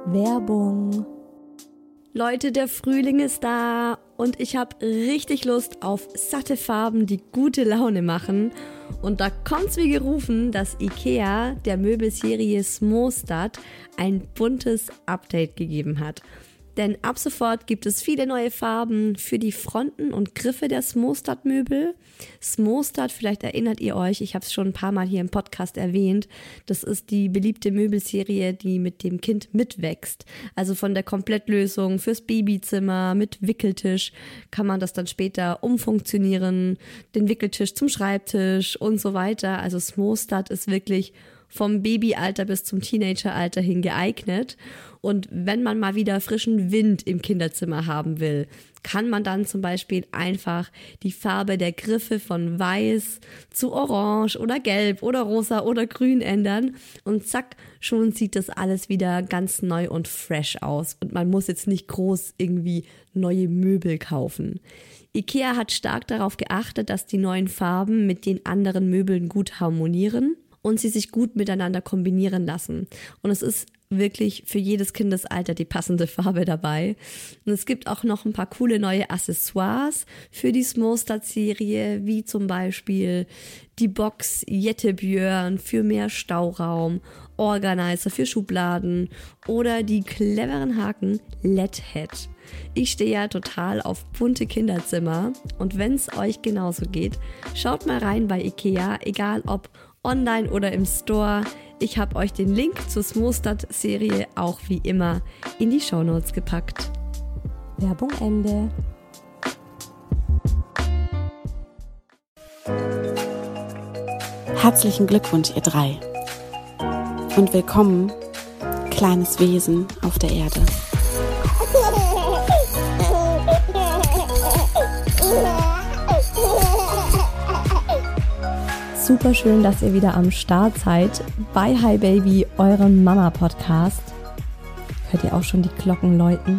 Werbung. Leute, der Frühling ist da und ich habe richtig Lust auf satte Farben, die gute Laune machen. Und da kommt's wie gerufen, dass IKEA der Möbelserie Smostad ein buntes Update gegeben hat. Denn ab sofort gibt es viele neue Farben für die Fronten und Griffe der Smostad-Möbel. Smostad, vielleicht erinnert ihr euch, ich habe es schon ein paar Mal hier im Podcast erwähnt, das ist die beliebte Möbelserie, die mit dem Kind mitwächst. Also von der Komplettlösung fürs Babyzimmer mit Wickeltisch kann man das dann später umfunktionieren, den Wickeltisch zum Schreibtisch und so weiter. Also Smostad ist wirklich vom Babyalter bis zum Teenageralter hin geeignet. Und wenn man mal wieder frischen Wind im Kinderzimmer haben will, kann man dann zum Beispiel einfach die Farbe der Griffe von weiß zu orange oder gelb oder rosa oder grün ändern. Und zack, schon sieht das alles wieder ganz neu und fresh aus. Und man muss jetzt nicht groß irgendwie neue Möbel kaufen. IKEA hat stark darauf geachtet, dass die neuen Farben mit den anderen Möbeln gut harmonieren und sie sich gut miteinander kombinieren lassen. Und es ist wirklich für jedes Kindesalter die passende Farbe dabei. Und es gibt auch noch ein paar coole neue Accessoires für die Smostad-Serie, wie zum Beispiel die Box Jettebjörn für mehr Stauraum, Organizer für Schubladen oder die cleveren Haken LED-Head. Ich stehe ja total auf bunte Kinderzimmer und wenn es euch genauso geht, schaut mal rein bei IKEA, egal ob online oder im Store. Ich habe euch den Link zur Smostad-Serie auch wie immer in die Shownotes gepackt. Werbung Ende. Herzlichen Glückwunsch, ihr drei. Und willkommen, kleines Wesen auf der Erde. Super schön, dass ihr wieder am Start seid bei Hi Baby, eurem Mama-Podcast. Hört ihr auch schon die Glocken läuten?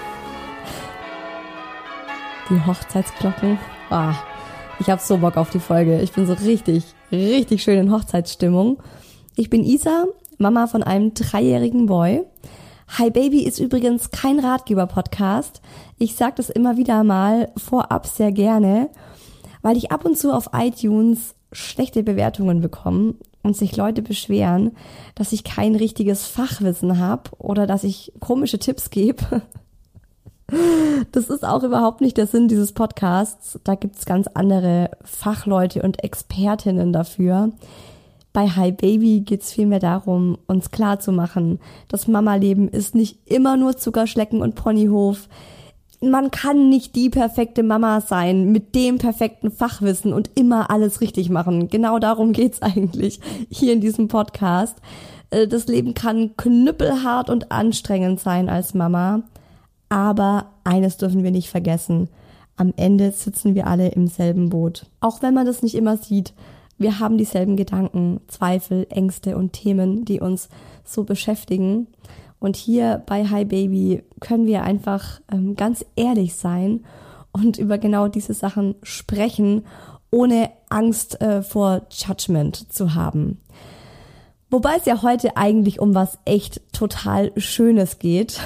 Die Hochzeitsglocken. Ich habe so Bock auf die Folge. Ich bin so richtig schön in Hochzeitsstimmung. Ich bin Isa, Mama von einem 3-jährigen Boy. Hi Baby ist übrigens kein Ratgeber-Podcast. Ich sage das immer wieder mal vorab sehr gerne, weil ich ab und zu auf iTunes schlechte Bewertungen bekomme und sich Leute beschweren, dass ich kein richtiges Fachwissen habe oder dass ich komische Tipps gebe. Das ist auch überhaupt nicht der Sinn dieses Podcasts. Da gibt's ganz andere Fachleute und Expertinnen dafür. Bei Hi Baby geht's vielmehr darum, uns klarzumachen, das Mama-Leben ist nicht immer nur Zuckerschlecken und Ponyhof. Man kann nicht die perfekte Mama sein mit dem perfekten Fachwissen und immer alles richtig machen. Genau darum geht's eigentlich hier in diesem Podcast. Das Leben kann knüppelhart und anstrengend sein als Mama. Aber eines dürfen wir nicht vergessen. Am Ende sitzen wir alle im selben Boot. Auch wenn man das nicht immer sieht. Wir haben dieselben Gedanken, Zweifel, Ängste und Themen, die uns so beschäftigen. Und hier bei Hi Baby können wir einfach ganz ehrlich sein und über genau diese Sachen sprechen, ohne Angst vor Judgment zu haben. Wobei es ja heute eigentlich um was echt total Schönes geht,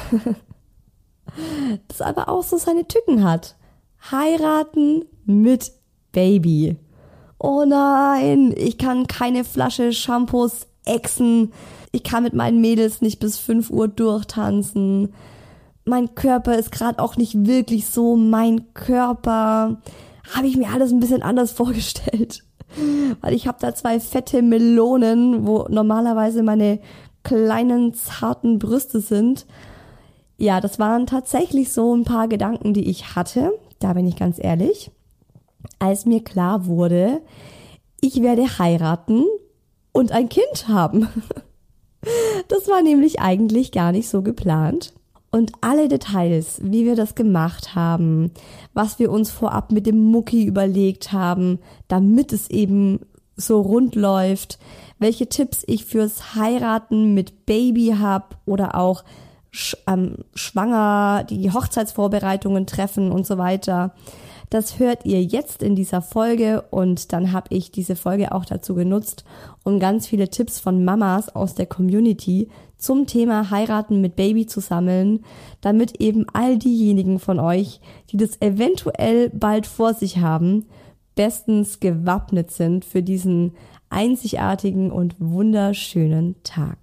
das aber auch so seine Tücken hat. Heiraten mit Baby. Oh nein, ich kann keine Flasche Shampoos ächzen. Ich kann mit meinen Mädels nicht bis 5 Uhr durchtanzen. Mein Körper ist gerade auch nicht wirklich so mein Körper. Habe ich mir alles ein bisschen anders vorgestellt. Weil ich habe da 2 fette Melonen, wo normalerweise meine kleinen, zarten Brüste sind. Ja, das waren tatsächlich so ein paar Gedanken, die ich hatte. Da bin ich ganz ehrlich. Als mir klar wurde, ich werde heiraten und ein Kind haben. Das war nämlich eigentlich gar nicht so geplant. Und alle Details, wie wir das gemacht haben, was wir uns vorab mit dem Mucki überlegt haben, damit es eben so rund läuft, welche Tipps ich fürs Heiraten mit Baby habe oder auch schwanger, die Hochzeitsvorbereitungen treffen und so weiter. Das hört ihr jetzt in dieser Folge und dann habe ich diese Folge auch dazu genutzt, um ganz viele Tipps von Mamas aus der Community zum Thema Heiraten mit Baby zu sammeln, damit eben all diejenigen von euch, die das eventuell bald vor sich haben, bestens gewappnet sind für diesen einzigartigen und wunderschönen Tag.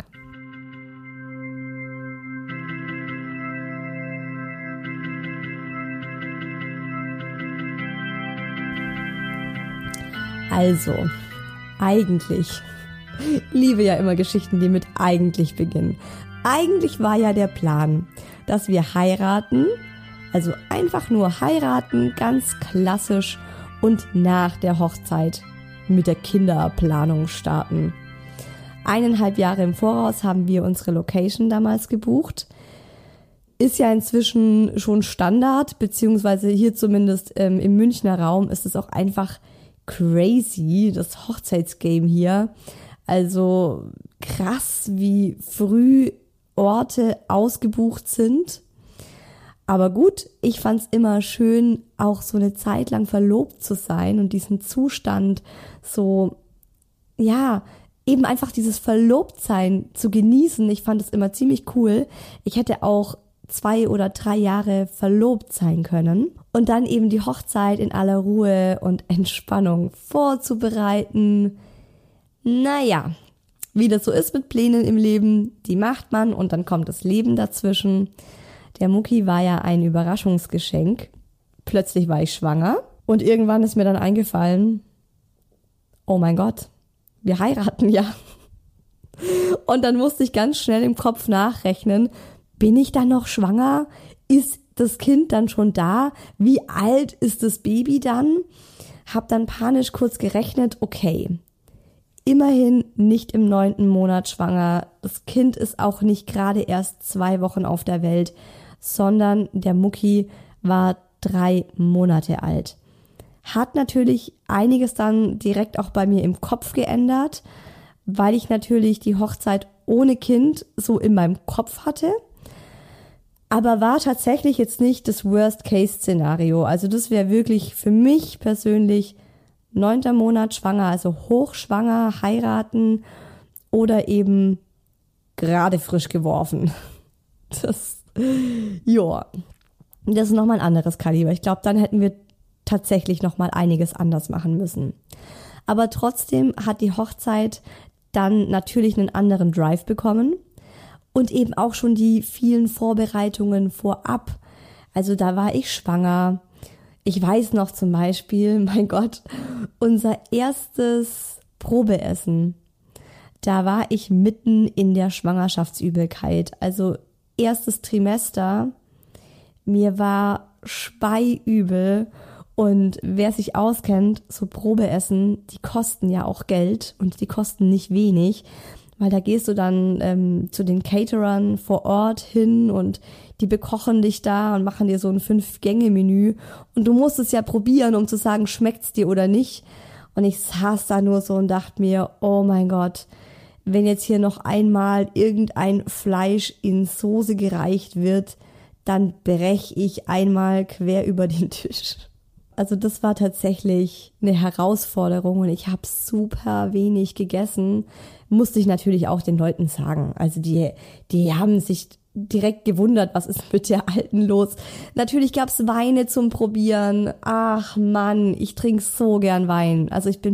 Also, eigentlich, liebe ja immer Geschichten, die mit eigentlich beginnen. Eigentlich war ja der Plan, dass wir heiraten, also einfach nur heiraten, ganz klassisch und nach der Hochzeit mit der Kinderplanung starten. 1,5 Jahre im Voraus haben wir unsere Location damals gebucht. Ist ja inzwischen schon Standard, beziehungsweise hier zumindest im Münchner Raum ist es auch einfach crazy, das Hochzeitsgame hier. Also krass, wie früh Orte ausgebucht sind. Aber gut, ich fand's immer schön, auch so eine Zeit lang verlobt zu sein und diesen Zustand so, ja, eben einfach dieses Verlobtsein zu genießen. Ich fand es immer ziemlich cool. Ich hätte auch 2 oder 3 Jahre verlobt sein können und dann eben die Hochzeit in aller Ruhe und Entspannung vorzubereiten. Naja, wie das so ist mit Plänen im Leben, die macht man und dann kommt das Leben dazwischen. Der Mucki war ja ein Überraschungsgeschenk. Plötzlich war ich schwanger und irgendwann ist mir dann eingefallen, oh mein Gott, wir heiraten ja. Und dann musste ich ganz schnell im Kopf nachrechnen, bin ich dann noch schwanger? Ist das Kind dann schon da? Wie alt ist das Baby dann? Hab dann panisch kurz gerechnet, okay, immerhin nicht im 9. Monat schwanger. Das Kind ist auch nicht gerade erst 2 Wochen auf der Welt, sondern der Mucki war 3 Monate alt. Hat natürlich einiges dann direkt auch bei mir im Kopf geändert, weil ich natürlich die Hochzeit ohne Kind so in meinem Kopf hatte. Aber war tatsächlich jetzt nicht das Worst-Case-Szenario. Also das wäre wirklich für mich persönlich 9. Monat schwanger, also hochschwanger, heiraten oder eben gerade frisch geworfen. Das ist nochmal ein anderes Kaliber. Ich glaube, dann hätten wir tatsächlich nochmal einiges anders machen müssen. Aber trotzdem hat die Hochzeit dann natürlich einen anderen Drive bekommen. Und eben auch schon die vielen Vorbereitungen vorab. Also da war ich schwanger. Ich weiß noch zum Beispiel, mein Gott, unser erstes Probeessen. Da war ich mitten in der Schwangerschaftsübelkeit. Also erstes Trimester. Mir war speiübel. Und wer sich auskennt, so Probeessen, die kosten ja auch Geld und die kosten nicht wenig. Weil da gehst du dann zu den Caterern vor Ort hin und die bekochen dich da und machen dir so ein 5-Gänge-Menü. Und du musst es ja probieren, um zu sagen, schmeckt's dir oder nicht. Und ich saß da nur so und dachte mir, oh mein Gott, wenn jetzt hier noch einmal irgendein Fleisch in Soße gereicht wird, dann brech ich einmal quer über den Tisch. Also das war tatsächlich eine Herausforderung und ich habe super wenig gegessen. Musste ich natürlich auch den Leuten sagen. Also die haben sich direkt gewundert, was ist mit der Alten los. Natürlich gab's Weine zum Probieren. Ach Mann, ich trinke so gern Wein. Also ich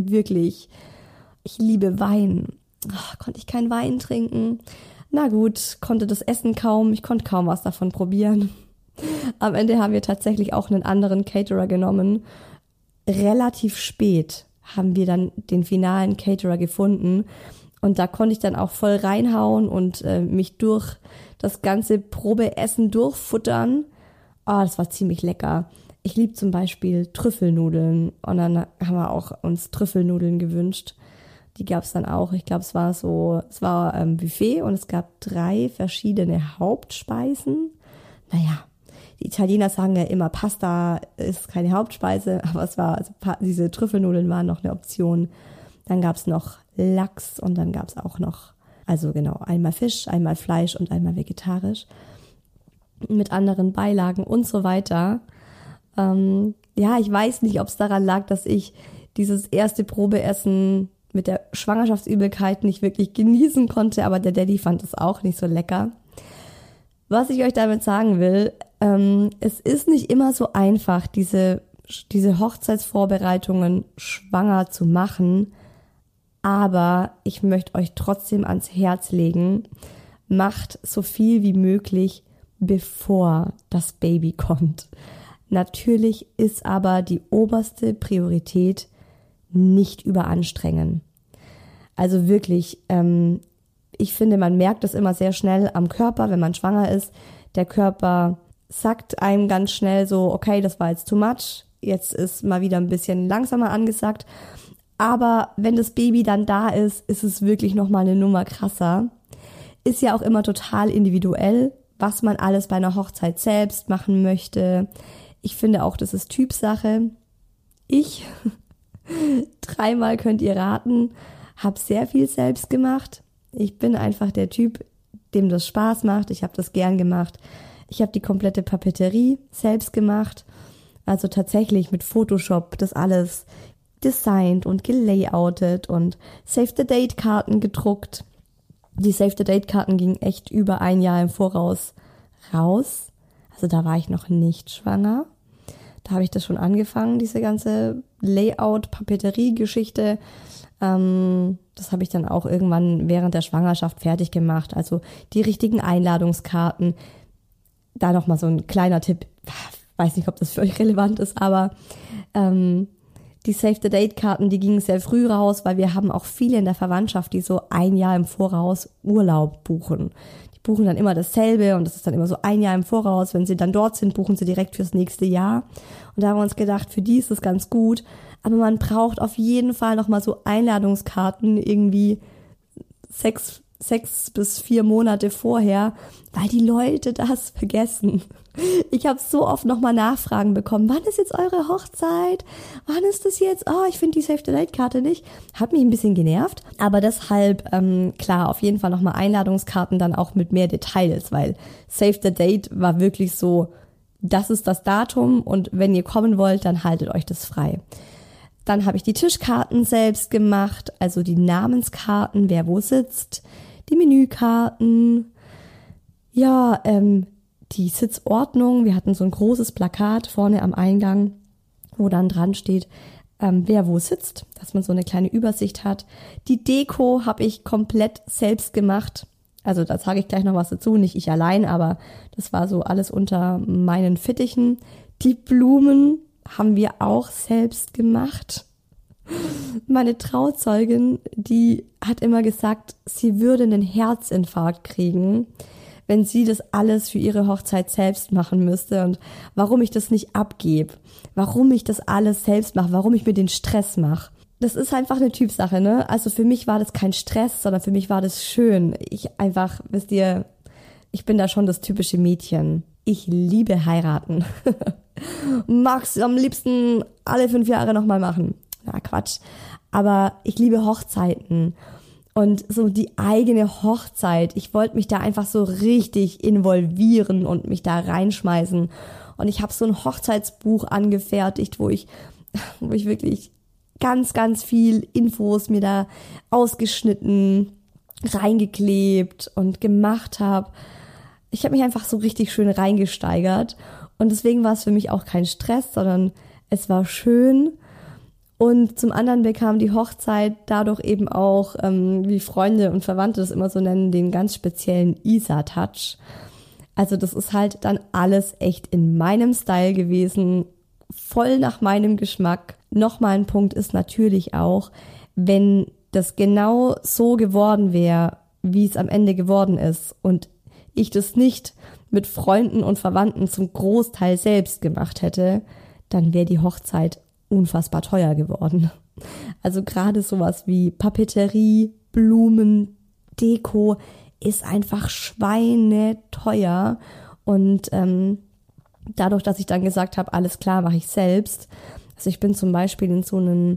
liebe Wein. Ach, konnte ich keinen Wein trinken? Na gut, konnte das Essen kaum. Ich konnte kaum was davon probieren. Am Ende haben wir tatsächlich auch einen anderen Caterer genommen. Relativ spät haben wir dann den finalen Caterer gefunden. Und da konnte ich dann auch voll reinhauen und mich durch das ganze Probeessen durchfuttern. Oh, das war ziemlich lecker. Ich liebe zum Beispiel Trüffelnudeln. Und dann haben wir auch uns Trüffelnudeln gewünscht. Die gab es dann auch. Ich glaube, es war ein Buffet und es gab 3 verschiedene Hauptspeisen. Naja, die Italiener sagen ja immer, Pasta ist keine Hauptspeise, aber diese Trüffelnudeln waren noch eine Option. Dann gab es noch Lachs und dann gab es auch noch, also genau, einmal Fisch, einmal Fleisch und einmal vegetarisch. Mit anderen Beilagen und so weiter. ja, ich weiß nicht, ob es daran lag, dass ich dieses erste Probeessen mit der Schwangerschaftsübelkeit nicht wirklich genießen konnte, aber der Daddy fand es auch nicht so lecker. Was ich euch damit sagen will, es ist nicht immer so einfach, diese Hochzeitsvorbereitungen schwanger zu machen, aber ich möchte euch trotzdem ans Herz legen, macht so viel wie möglich, bevor das Baby kommt. Natürlich ist aber die oberste Priorität nicht überanstrengen. Also wirklich, ich finde, man merkt es immer sehr schnell am Körper, wenn man schwanger ist. Der Körper sagt einem ganz schnell so, okay, das war jetzt too much, jetzt ist mal wieder ein bisschen langsamer angesagt. Aber wenn das Baby dann da ist, ist es wirklich nochmal eine Nummer krasser. Ist ja auch immer total individuell, was man alles bei einer Hochzeit selbst machen möchte. Ich finde auch, das ist Typsache. Ich, 3-mal könnt ihr raten, habe sehr viel selbst gemacht. Ich bin einfach der Typ, dem das Spaß macht. Ich habe das gern gemacht. Ich habe die komplette Papeterie selbst gemacht. Also tatsächlich mit Photoshop das alles designt und gelayoutet und Save-the-Date-Karten gedruckt. Die Save-the-Date-Karten gingen echt über 1 Jahr im Voraus raus. Also da war ich noch nicht schwanger. Da habe ich das schon angefangen, diese ganze Layout-Papeterie-Geschichte. Das habe ich dann auch irgendwann während der Schwangerschaft fertig gemacht. Also die richtigen Einladungskarten. Da nochmal so ein kleiner Tipp. Weiß nicht, ob das für euch relevant ist, aber die Save-the-Date-Karten, die gingen sehr früh raus, weil wir haben auch viele in der Verwandtschaft, die so 1 Jahr im Voraus Urlaub buchen. Die buchen dann immer dasselbe und das ist dann immer so 1 Jahr im Voraus. Wenn sie dann dort sind, buchen sie direkt fürs nächste Jahr. Und da haben wir uns gedacht, für die ist das ganz gut. Aber man braucht auf jeden Fall nochmal so Einladungskarten irgendwie 6 bis 4 Monate vorher, weil die Leute das vergessen. Ich habe so oft nochmal Nachfragen bekommen. Wann ist jetzt eure Hochzeit? Wann ist das jetzt? Oh, ich finde die Save-the-Date-Karte nicht. Hat mich ein bisschen genervt. Aber deshalb, klar, auf jeden Fall nochmal Einladungskarten dann auch mit mehr Details, weil Save-the-Date war wirklich so, das ist das Datum und wenn ihr kommen wollt, dann haltet euch das frei. Dann habe ich die Tischkarten selbst gemacht, also die Namenskarten, wer wo sitzt, die Menükarten, ja, die Sitzordnung. Wir hatten so ein großes Plakat vorne am Eingang, wo dann dran steht, wer wo sitzt, dass man so eine kleine Übersicht hat. Die Deko habe ich komplett selbst gemacht. Also da sage ich gleich noch was dazu, nicht ich allein, aber das war so alles unter meinen Fittichen. Die Blumen haben wir auch selbst gemacht. Meine Trauzeugin, die hat immer gesagt, sie würde einen Herzinfarkt kriegen, wenn sie das alles für ihre Hochzeit selbst machen müsste und warum ich das nicht abgebe, warum ich das alles selbst mache, warum ich mir den Stress mache. Das ist einfach eine Typsache, ne? Also für mich war das kein Stress, sondern für mich war das schön. Wisst ihr, ich bin da schon das typische Mädchen. Ich liebe heiraten. Mag's am liebsten alle 5 Jahre nochmal machen. Na, Quatsch. Aber ich liebe Hochzeiten. Und so die eigene Hochzeit. Ich wollte mich da einfach so richtig involvieren und mich da reinschmeißen. Und ich habe so ein Hochzeitsbuch angefertigt, wo ich wirklich ganz, ganz viel Infos mir da ausgeschnitten, reingeklebt und gemacht habe. Ich habe mich einfach so richtig schön reingesteigert. Und deswegen war es für mich auch kein Stress, sondern es war schön. Und zum anderen bekam die Hochzeit dadurch eben auch, wie Freunde und Verwandte das immer so nennen, den ganz speziellen Isa-Touch. Also das ist halt dann alles echt in meinem Style gewesen, voll nach meinem Geschmack. Nochmal ein Punkt ist natürlich auch, wenn das genau so geworden wäre, wie es am Ende geworden ist und ich das nicht mit Freunden und Verwandten zum Großteil selbst gemacht hätte, dann wäre die Hochzeit unfassbar teuer geworden. Also gerade sowas wie Papeterie, Blumen, Deko ist einfach schweineteuer. Und dadurch, dass ich dann gesagt habe, alles klar, mache ich selbst. Also ich bin zum Beispiel in so einen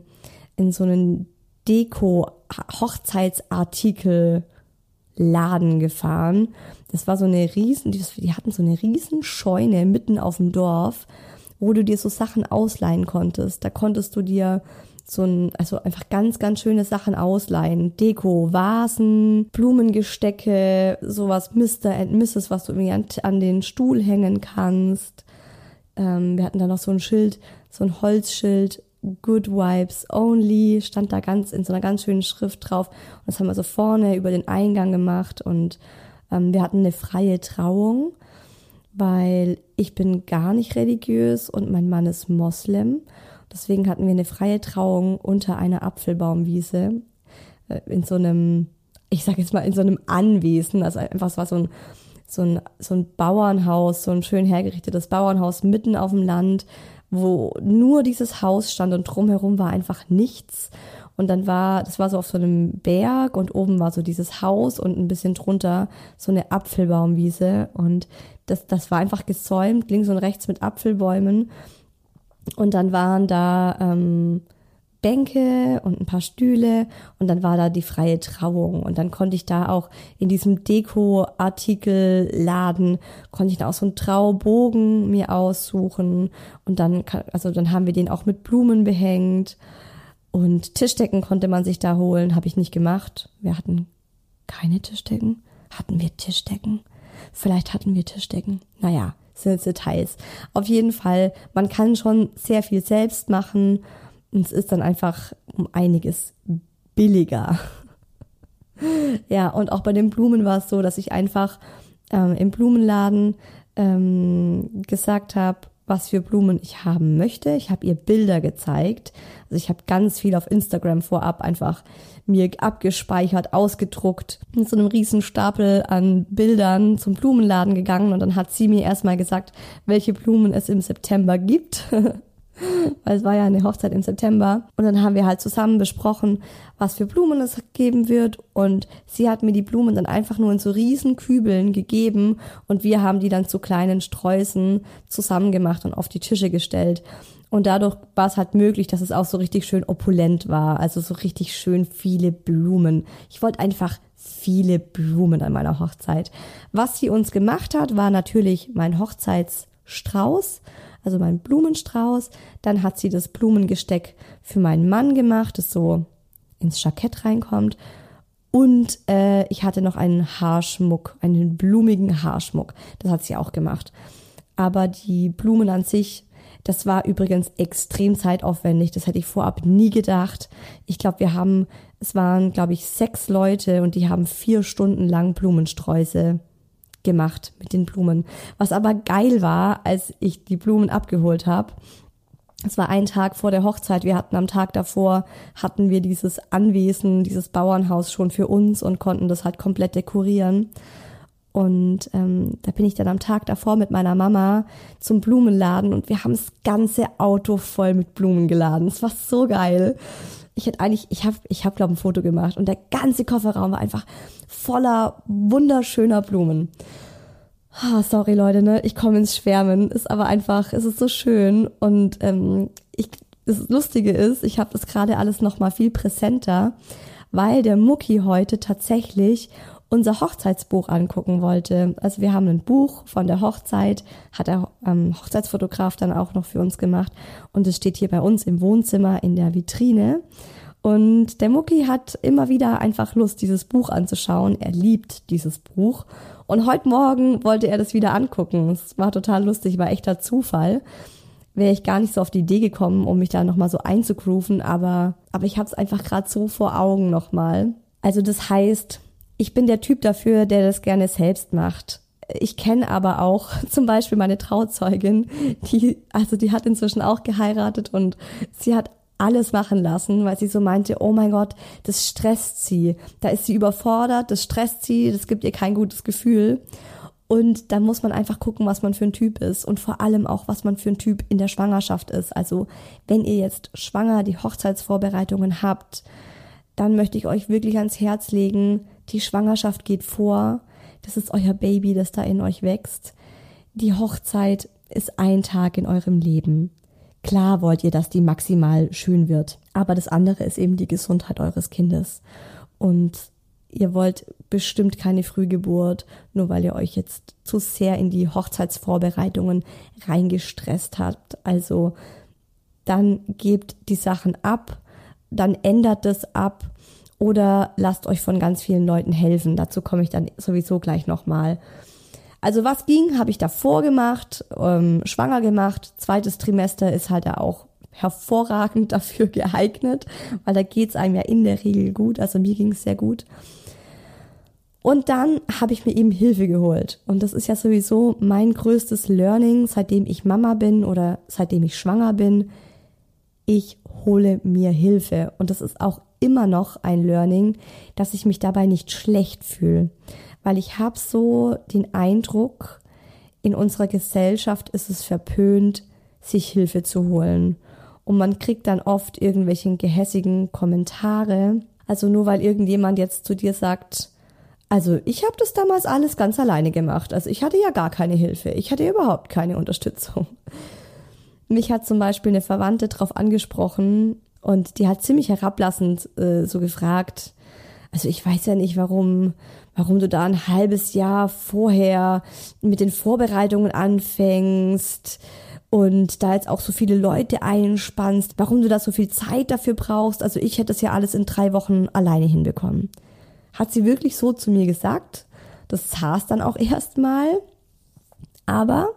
Deko-Hochzeitsartikel-Laden gefahren. Das war so eine die hatten so eine riesen Scheune mitten auf dem Dorf, wo du dir so Sachen ausleihen konntest. Da konntest du dir also einfach ganz, ganz schöne Sachen ausleihen. Deko, Vasen, Blumengestecke, sowas Mr. and Mrs., was du irgendwie an den Stuhl hängen kannst. Wir hatten da noch so ein Schild, so ein Holzschild, Good Vibes Only, stand da in so einer ganz schönen Schrift drauf. Und das haben wir so vorne über den Eingang gemacht und wir hatten eine freie Trauung, weil ich bin gar nicht religiös und mein Mann ist Moslem. Deswegen hatten wir eine freie Trauung unter einer Apfelbaumwiese in so einem, ich sag jetzt mal, in so einem Anwesen. Also einfach, es war so ein Bauernhaus, so ein schön hergerichtetes Bauernhaus mitten auf dem Land, wo nur dieses Haus stand und drumherum war einfach nichts. Und das war so auf so einem Berg und oben war so dieses Haus und ein bisschen drunter so eine Apfelbaumwiese. Und das war einfach gezäumt, links und rechts mit Apfelbäumen. Und dann waren da Bänke und ein paar Stühle und dann war da die freie Trauung. Und dann konnte ich da auch in diesem Deko-Artikelladen, konnte ich da auch so einen Traubogen mir aussuchen. Und dann haben wir den auch mit Blumen behängt. Und Tischdecken konnte man sich da holen, habe ich nicht gemacht. Wir hatten keine Tischdecken. Hatten wir Tischdecken? Vielleicht hatten wir Tischdecken. Naja, sind jetzt Details. Auf jeden Fall, man kann schon sehr viel selbst machen und es ist dann einfach um einiges billiger. Ja, und auch bei den Blumen war es so, dass ich einfach im Blumenladen gesagt habe, was für Blumen ich haben möchte. Ich habe ihr Bilder gezeigt. Also ich habe ganz viel auf Instagram vorab einfach mir abgespeichert, ausgedruckt, mit so einem riesen Stapel an Bildern zum Blumenladen gegangen und dann hat sie mir erstmal gesagt, welche Blumen es im September gibt. Weil es war ja eine Hochzeit im September. Und dann haben wir halt zusammen besprochen, was für Blumen es geben wird. Und sie hat mir die Blumen dann einfach nur in so riesen Kübeln gegeben. Und wir haben die dann zu kleinen Sträußen zusammengemacht und auf die Tische gestellt. Und dadurch war es halt möglich, dass es auch so richtig schön opulent war. Also so richtig schön viele Blumen. Ich wollte einfach viele Blumen an meiner Hochzeit. Was sie uns gemacht hat, war natürlich mein Hochzeitsstrauß. Also mein Blumenstrauß. Dann hat sie das Blumengesteck für meinen Mann gemacht, das so ins Jackett reinkommt. Und ich hatte noch einen Haarschmuck, einen blumigen Haarschmuck. Das hat sie auch gemacht. Aber die Blumen an sich, das war übrigens extrem zeitaufwendig. Das hätte ich vorab nie gedacht. Ich glaube, es waren 6 Leute und die haben 4 Stunden lang Blumensträuße gemacht mit den Blumen. Was aber geil war, als ich die Blumen abgeholt habe, es war ein Tag vor der Hochzeit, am Tag davor hatten wir dieses Anwesen, dieses Bauernhaus schon für uns und konnten das halt komplett dekorieren. Und da bin ich dann am Tag davor mit meiner Mama zum Blumenladen und wir haben das ganze Auto voll mit Blumen geladen. Es war so geil. Ich habe glaube ich, ein Foto gemacht und der ganze Kofferraum war einfach voller wunderschöner Blumen. Sorry Leute, ne? Ich komme ins Schwärmen. Es ist so schön und das Lustige ist, ich habe das gerade alles noch mal viel präsenter, weil der Mucki heute tatsächlich unser Hochzeitsbuch angucken wollte. Also wir haben ein Buch von der Hochzeit, hat der Hochzeitsfotograf dann auch noch für uns gemacht und es steht hier bei uns im Wohnzimmer in der Vitrine. Und der Mucki hat immer wieder einfach Lust, dieses Buch anzuschauen. Er liebt dieses Buch. Und heute Morgen wollte er das wieder angucken. Es war total lustig, war echter Zufall. Wäre ich gar nicht so auf die Idee gekommen, um mich da nochmal so einzugrooven, aber ich habe es einfach gerade so vor Augen nochmal. Also das heißt, ich bin der Typ dafür, der das gerne selbst macht. Ich kenne aber auch zum Beispiel meine Trauzeugin, die hat inzwischen auch geheiratet und sie hat alles machen lassen, weil sie so meinte, oh mein Gott, das stresst sie. Da ist sie überfordert, das stresst sie, das gibt ihr kein gutes Gefühl. Und da muss man einfach gucken, was man für ein Typ ist und vor allem auch, was man für ein Typ in der Schwangerschaft ist. Also wenn ihr jetzt schwanger die Hochzeitsvorbereitungen habt, dann möchte ich euch wirklich ans Herz legen, die Schwangerschaft geht vor. Das ist euer Baby, das da in euch wächst. Die Hochzeit ist ein Tag in eurem Leben. Klar wollt ihr, dass die maximal schön wird, aber das andere ist eben die Gesundheit eures Kindes. Und ihr wollt bestimmt keine Frühgeburt, nur weil ihr euch jetzt zu sehr in die Hochzeitsvorbereitungen reingestresst habt. Also dann gebt die Sachen ab, dann ändert es ab oder lasst euch von ganz vielen Leuten helfen. Dazu komme ich dann sowieso gleich nochmal. Also was ging, habe ich davor gemacht, schwanger gemacht. 2. Trimester ist halt ja auch hervorragend dafür geeignet, weil da geht's einem ja in der Regel gut. Also mir ging es sehr gut. Und dann habe ich mir eben Hilfe geholt. Und das ist ja sowieso mein größtes Learning, seitdem ich Mama bin oder seitdem ich schwanger bin. Ich hole mir Hilfe. Und das ist auch immer noch ein Learning, dass ich mich dabei nicht schlecht fühle. Weil ich habe so den Eindruck, in unserer Gesellschaft ist es verpönt, sich Hilfe zu holen. Und man kriegt dann oft irgendwelche gehässigen Kommentare. Also nur weil irgendjemand jetzt zu dir sagt, also ich habe das damals alles ganz alleine gemacht. Also ich hatte ja gar keine Hilfe. Ich hatte überhaupt keine Unterstützung. Mich hat zum Beispiel eine Verwandte drauf angesprochen und die hat ziemlich herablassend so gefragt, also ich weiß ja nicht, warum du da ein halbes Jahr vorher mit den Vorbereitungen anfängst und da jetzt auch so viele Leute einspannst, warum du da so viel Zeit dafür brauchst. Also ich hätte das ja alles in 3 Wochen alleine hinbekommen. Hat sie wirklich so zu mir gesagt. Das saß dann auch erstmal. Aber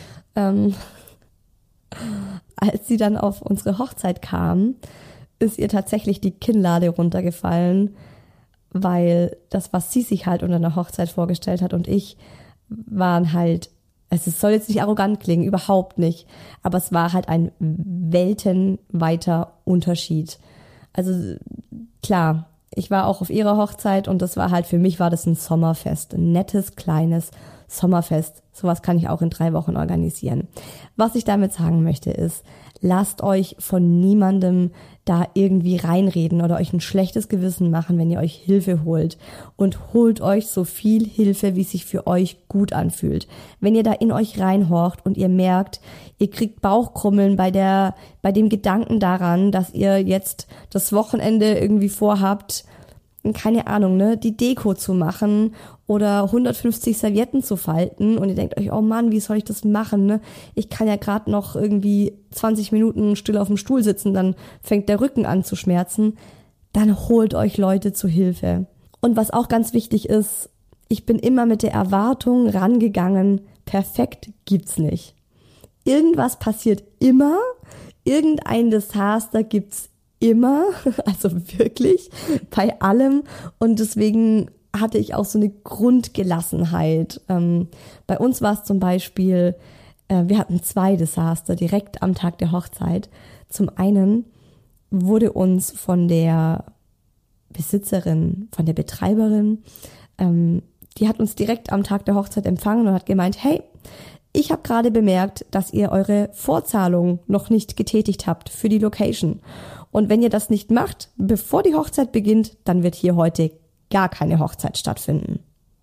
als sie dann auf unsere Hochzeit kam, ist ihr tatsächlich die Kinnlade runtergefallen, weil das, was sie sich halt unter einer Hochzeit vorgestellt hat und ich, waren halt, es soll jetzt nicht arrogant klingen, überhaupt nicht, aber es war halt ein weltenweiter Unterschied. Also klar, ich war auch auf ihrer Hochzeit und das war halt, für mich war das ein Sommerfest, ein nettes, kleines Sommerfest. Sowas kann ich auch in 3 Wochen organisieren. Was ich damit sagen möchte ist, lasst euch von niemandem da irgendwie reinreden oder euch ein schlechtes Gewissen machen, wenn ihr euch Hilfe holt. Und holt euch so viel Hilfe, wie es sich für euch gut anfühlt. Wenn ihr da in euch reinhorcht und ihr merkt, ihr kriegt Bauchkrummeln bei dem Gedanken daran, dass ihr jetzt das Wochenende irgendwie vorhabt, keine Ahnung, ne, die Deko zu machen oder 150 Servietten zu falten und ihr denkt euch, oh Mann, wie soll ich das machen, ne? Ich kann ja gerade noch irgendwie 20 Minuten still auf dem Stuhl sitzen, dann fängt der Rücken an zu schmerzen. Dann holt euch Leute zu Hilfe. Und was auch ganz wichtig ist, ich bin immer mit der Erwartung rangegangen, perfekt gibt's nicht. Irgendwas passiert immer, irgendein Desaster gibt's immer, also wirklich bei allem, und deswegen hatte ich auch so eine Grundgelassenheit. Bei uns war es zum Beispiel, wir hatten 2 Desaster direkt am Tag der Hochzeit. Zum einen wurde uns von der Besitzerin, von der Betreiberin, die hat uns direkt am Tag der Hochzeit empfangen und hat gemeint, hey, ich habe gerade bemerkt, dass ihr eure Vorzahlung noch nicht getätigt habt für die Location. Und wenn ihr das nicht macht, bevor die Hochzeit beginnt, dann wird hier heute gar keine Hochzeit stattfinden.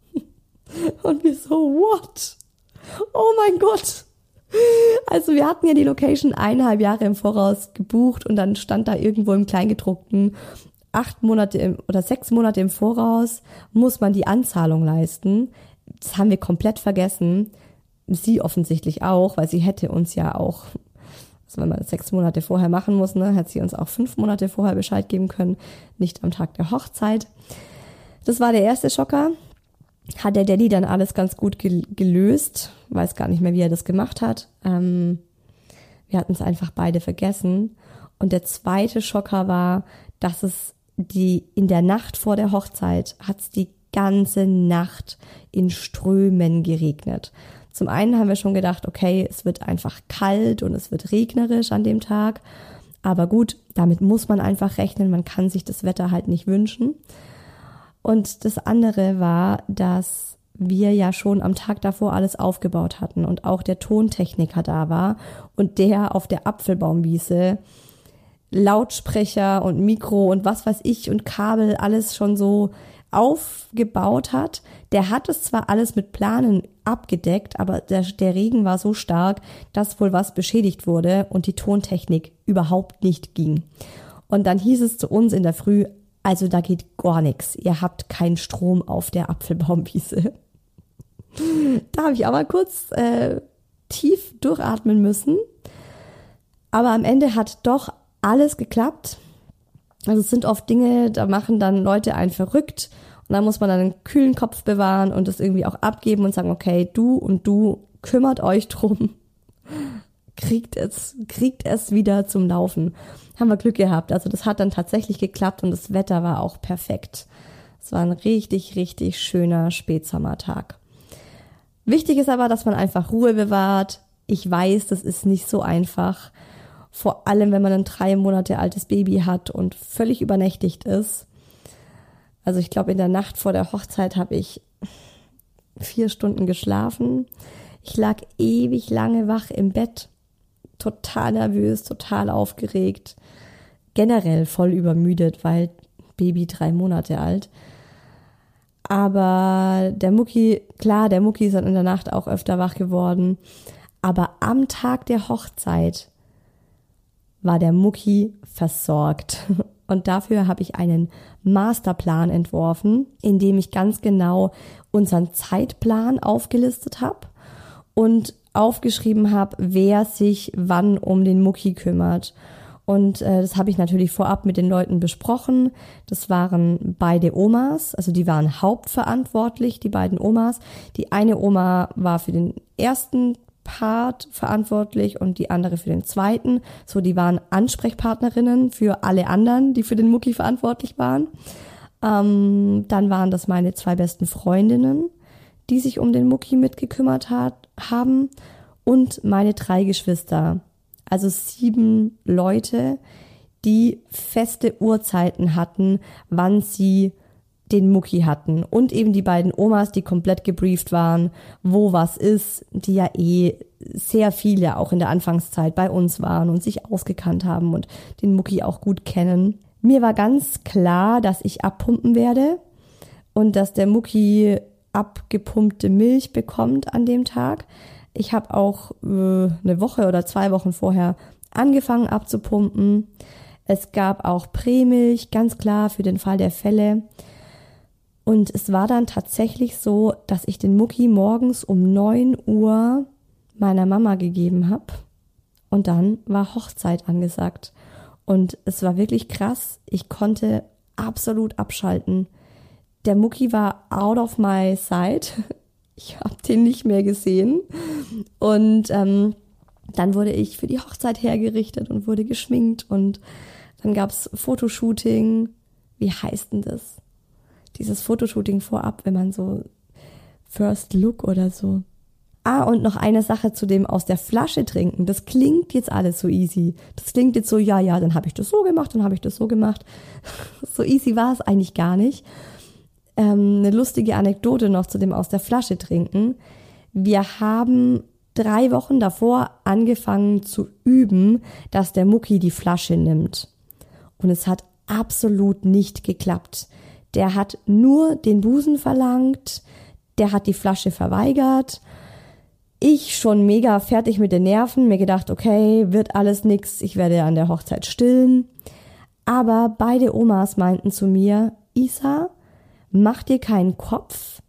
Und wir so, what? Oh mein Gott. Also wir hatten ja die Location 1,5 Jahre im Voraus gebucht und dann stand da irgendwo im Kleingedruckten, 6 Monate im Voraus muss man die Anzahlung leisten. Das haben wir komplett vergessen. Sie offensichtlich auch, weil sie hätte uns ja auch, also wenn man das 6 Monate vorher machen muss, ne, hat sie uns auch 5 Monate vorher Bescheid geben können, nicht am Tag der Hochzeit. Das war der erste Schocker. Hat der Daddy dann alles ganz gut gelöst, weiß gar nicht mehr, wie er das gemacht hat. Wir hatten es einfach beide vergessen. Und der zweite Schocker war, dass es in der Nacht vor der Hochzeit hat es die ganze Nacht in Strömen geregnet. Zum einen haben wir schon gedacht, okay, es wird einfach kalt und es wird regnerisch an dem Tag. Aber gut, damit muss man einfach rechnen. Man kann sich das Wetter halt nicht wünschen. Und das andere war, dass wir ja schon am Tag davor alles aufgebaut hatten und auch der Tontechniker da war und der auf der Apfelbaumwiese Lautsprecher und Mikro und was weiß ich und Kabel alles schon so aufgebaut hat. Der hat es zwar alles mit Planen abgedeckt, aber der Regen war so stark, dass wohl was beschädigt wurde und die Tontechnik überhaupt nicht ging. Und dann hieß es zu uns in der Früh, Also da geht gar nichts. Ihr habt keinen Strom auf der Apfelbaumwiese. Da habe ich aber kurz tief durchatmen müssen. Aber am Ende hat doch alles geklappt. Also es sind oft Dinge, da machen dann Leute einen verrückt. Und dann muss man dann einen kühlen Kopf bewahren und das irgendwie auch abgeben und sagen, okay, du und du kümmert euch drum. Kriegt es wieder zum Laufen. Haben wir Glück gehabt. Also das hat dann tatsächlich geklappt und das Wetter war auch perfekt. Es war ein richtig, richtig schöner Spätsommertag. Wichtig ist aber, dass man einfach Ruhe bewahrt. Ich weiß, das ist nicht so einfach. Vor allem, wenn man ein 3 Monate altes Baby hat und völlig übernächtigt ist. Also ich glaube, in der Nacht vor der Hochzeit habe ich 4 Stunden geschlafen. Ich lag ewig lange wach im Bett. Total nervös, total aufgeregt. Generell voll übermüdet, weil Baby 3 Monate alt. Aber der Mucki ist dann in der Nacht auch öfter wach geworden. Aber am Tag der Hochzeit war der Mucki versorgt. Und dafür habe ich einen Masterplan entworfen, in dem ich ganz genau unseren Zeitplan aufgelistet habe und aufgeschrieben habe, wer sich wann um den Mucki kümmert. Und das habe ich natürlich vorab mit den Leuten besprochen. Das waren beide Omas, also die waren hauptverantwortlich, die beiden Omas. Die eine Oma war für den ersten Part verantwortlich und die andere für den zweiten. So, die waren Ansprechpartnerinnen für alle anderen, die für den Mucki verantwortlich waren. Dann waren das meine 2 besten Freundinnen, die sich um den Mucki mitgekümmert haben und meine 3 Geschwister. Also 7 Leute, die feste Uhrzeiten hatten, wann sie den Mucki hatten. Und eben die beiden Omas, die komplett gebrieft waren, wo was ist, die ja sehr viele auch in der Anfangszeit bei uns waren und sich ausgekannt haben und den Mucki auch gut kennen. Mir war ganz klar, dass ich abpumpen werde und dass der Mucki abgepumpte Milch bekommt an dem Tag. Ich habe auch eine Woche oder 2 Wochen vorher angefangen abzupumpen. Es gab auch Prämilch, ganz klar für den Fall der Fälle. Und es war dann tatsächlich so, dass ich den Mucki morgens um 9 Uhr meiner Mama gegeben habe. Und dann war Hochzeit angesagt. Und es war wirklich krass. Ich konnte absolut abschalten. Der Mucki war out of my sight. Ich habe den nicht mehr gesehen. Und dann wurde ich für die Hochzeit hergerichtet und wurde geschminkt. Und dann gab's Fotoshooting. Wie heißt denn das? Dieses Fotoshooting vorab, wenn man so First Look oder so. Und noch eine Sache zu dem aus der Flasche trinken. Das klingt jetzt alles so easy. Das klingt jetzt so, ja, dann habe ich das so gemacht, dann habe ich das so gemacht. So easy war es eigentlich gar nicht. Eine lustige Anekdote noch zu dem aus der Flasche trinken. Wir haben 3 Wochen davor angefangen zu üben, dass der Mucki die Flasche nimmt. Und es hat absolut nicht geklappt. Der hat nur den Busen verlangt, der hat die Flasche verweigert. Ich schon mega fertig mit den Nerven, mir gedacht, okay, wird alles nix, ich werde an der Hochzeit stillen. Aber beide Omas meinten zu mir, Isa, mach dir keinen Kopf,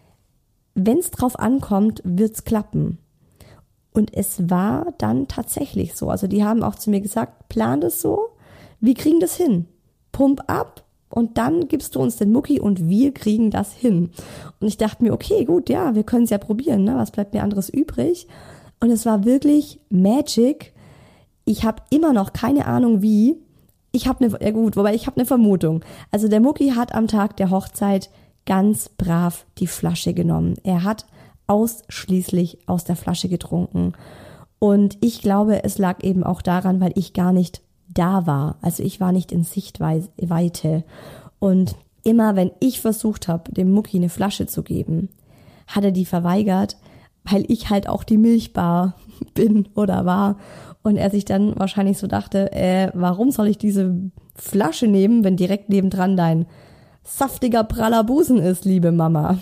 wenn's drauf ankommt, wird's klappen. Und es war dann tatsächlich so. Also die haben auch zu mir gesagt, plan das so, wir kriegen das hin. Pump ab. Und dann gibst du uns den Mucki und wir kriegen das hin. Und ich dachte mir, okay, gut, ja, wir können es ja probieren, ne? Was bleibt mir anderes übrig? Und es war wirklich Magic. Ich habe immer noch keine Ahnung wie. Ich habe eine Vermutung. Also der Mucki hat am Tag der Hochzeit ganz brav die Flasche genommen. Er hat ausschließlich aus der Flasche getrunken. Und ich glaube, es lag eben auch daran, weil ich gar nicht da war. Also ich war nicht in Sichtweite. Und immer wenn ich versucht habe, dem Mucki eine Flasche zu geben, hat er die verweigert, weil ich halt auch die Milchbar bin oder war. Und er sich dann wahrscheinlich so dachte, warum soll ich diese Flasche nehmen, wenn direkt nebendran dein saftiger, praller Busen ist, liebe Mama.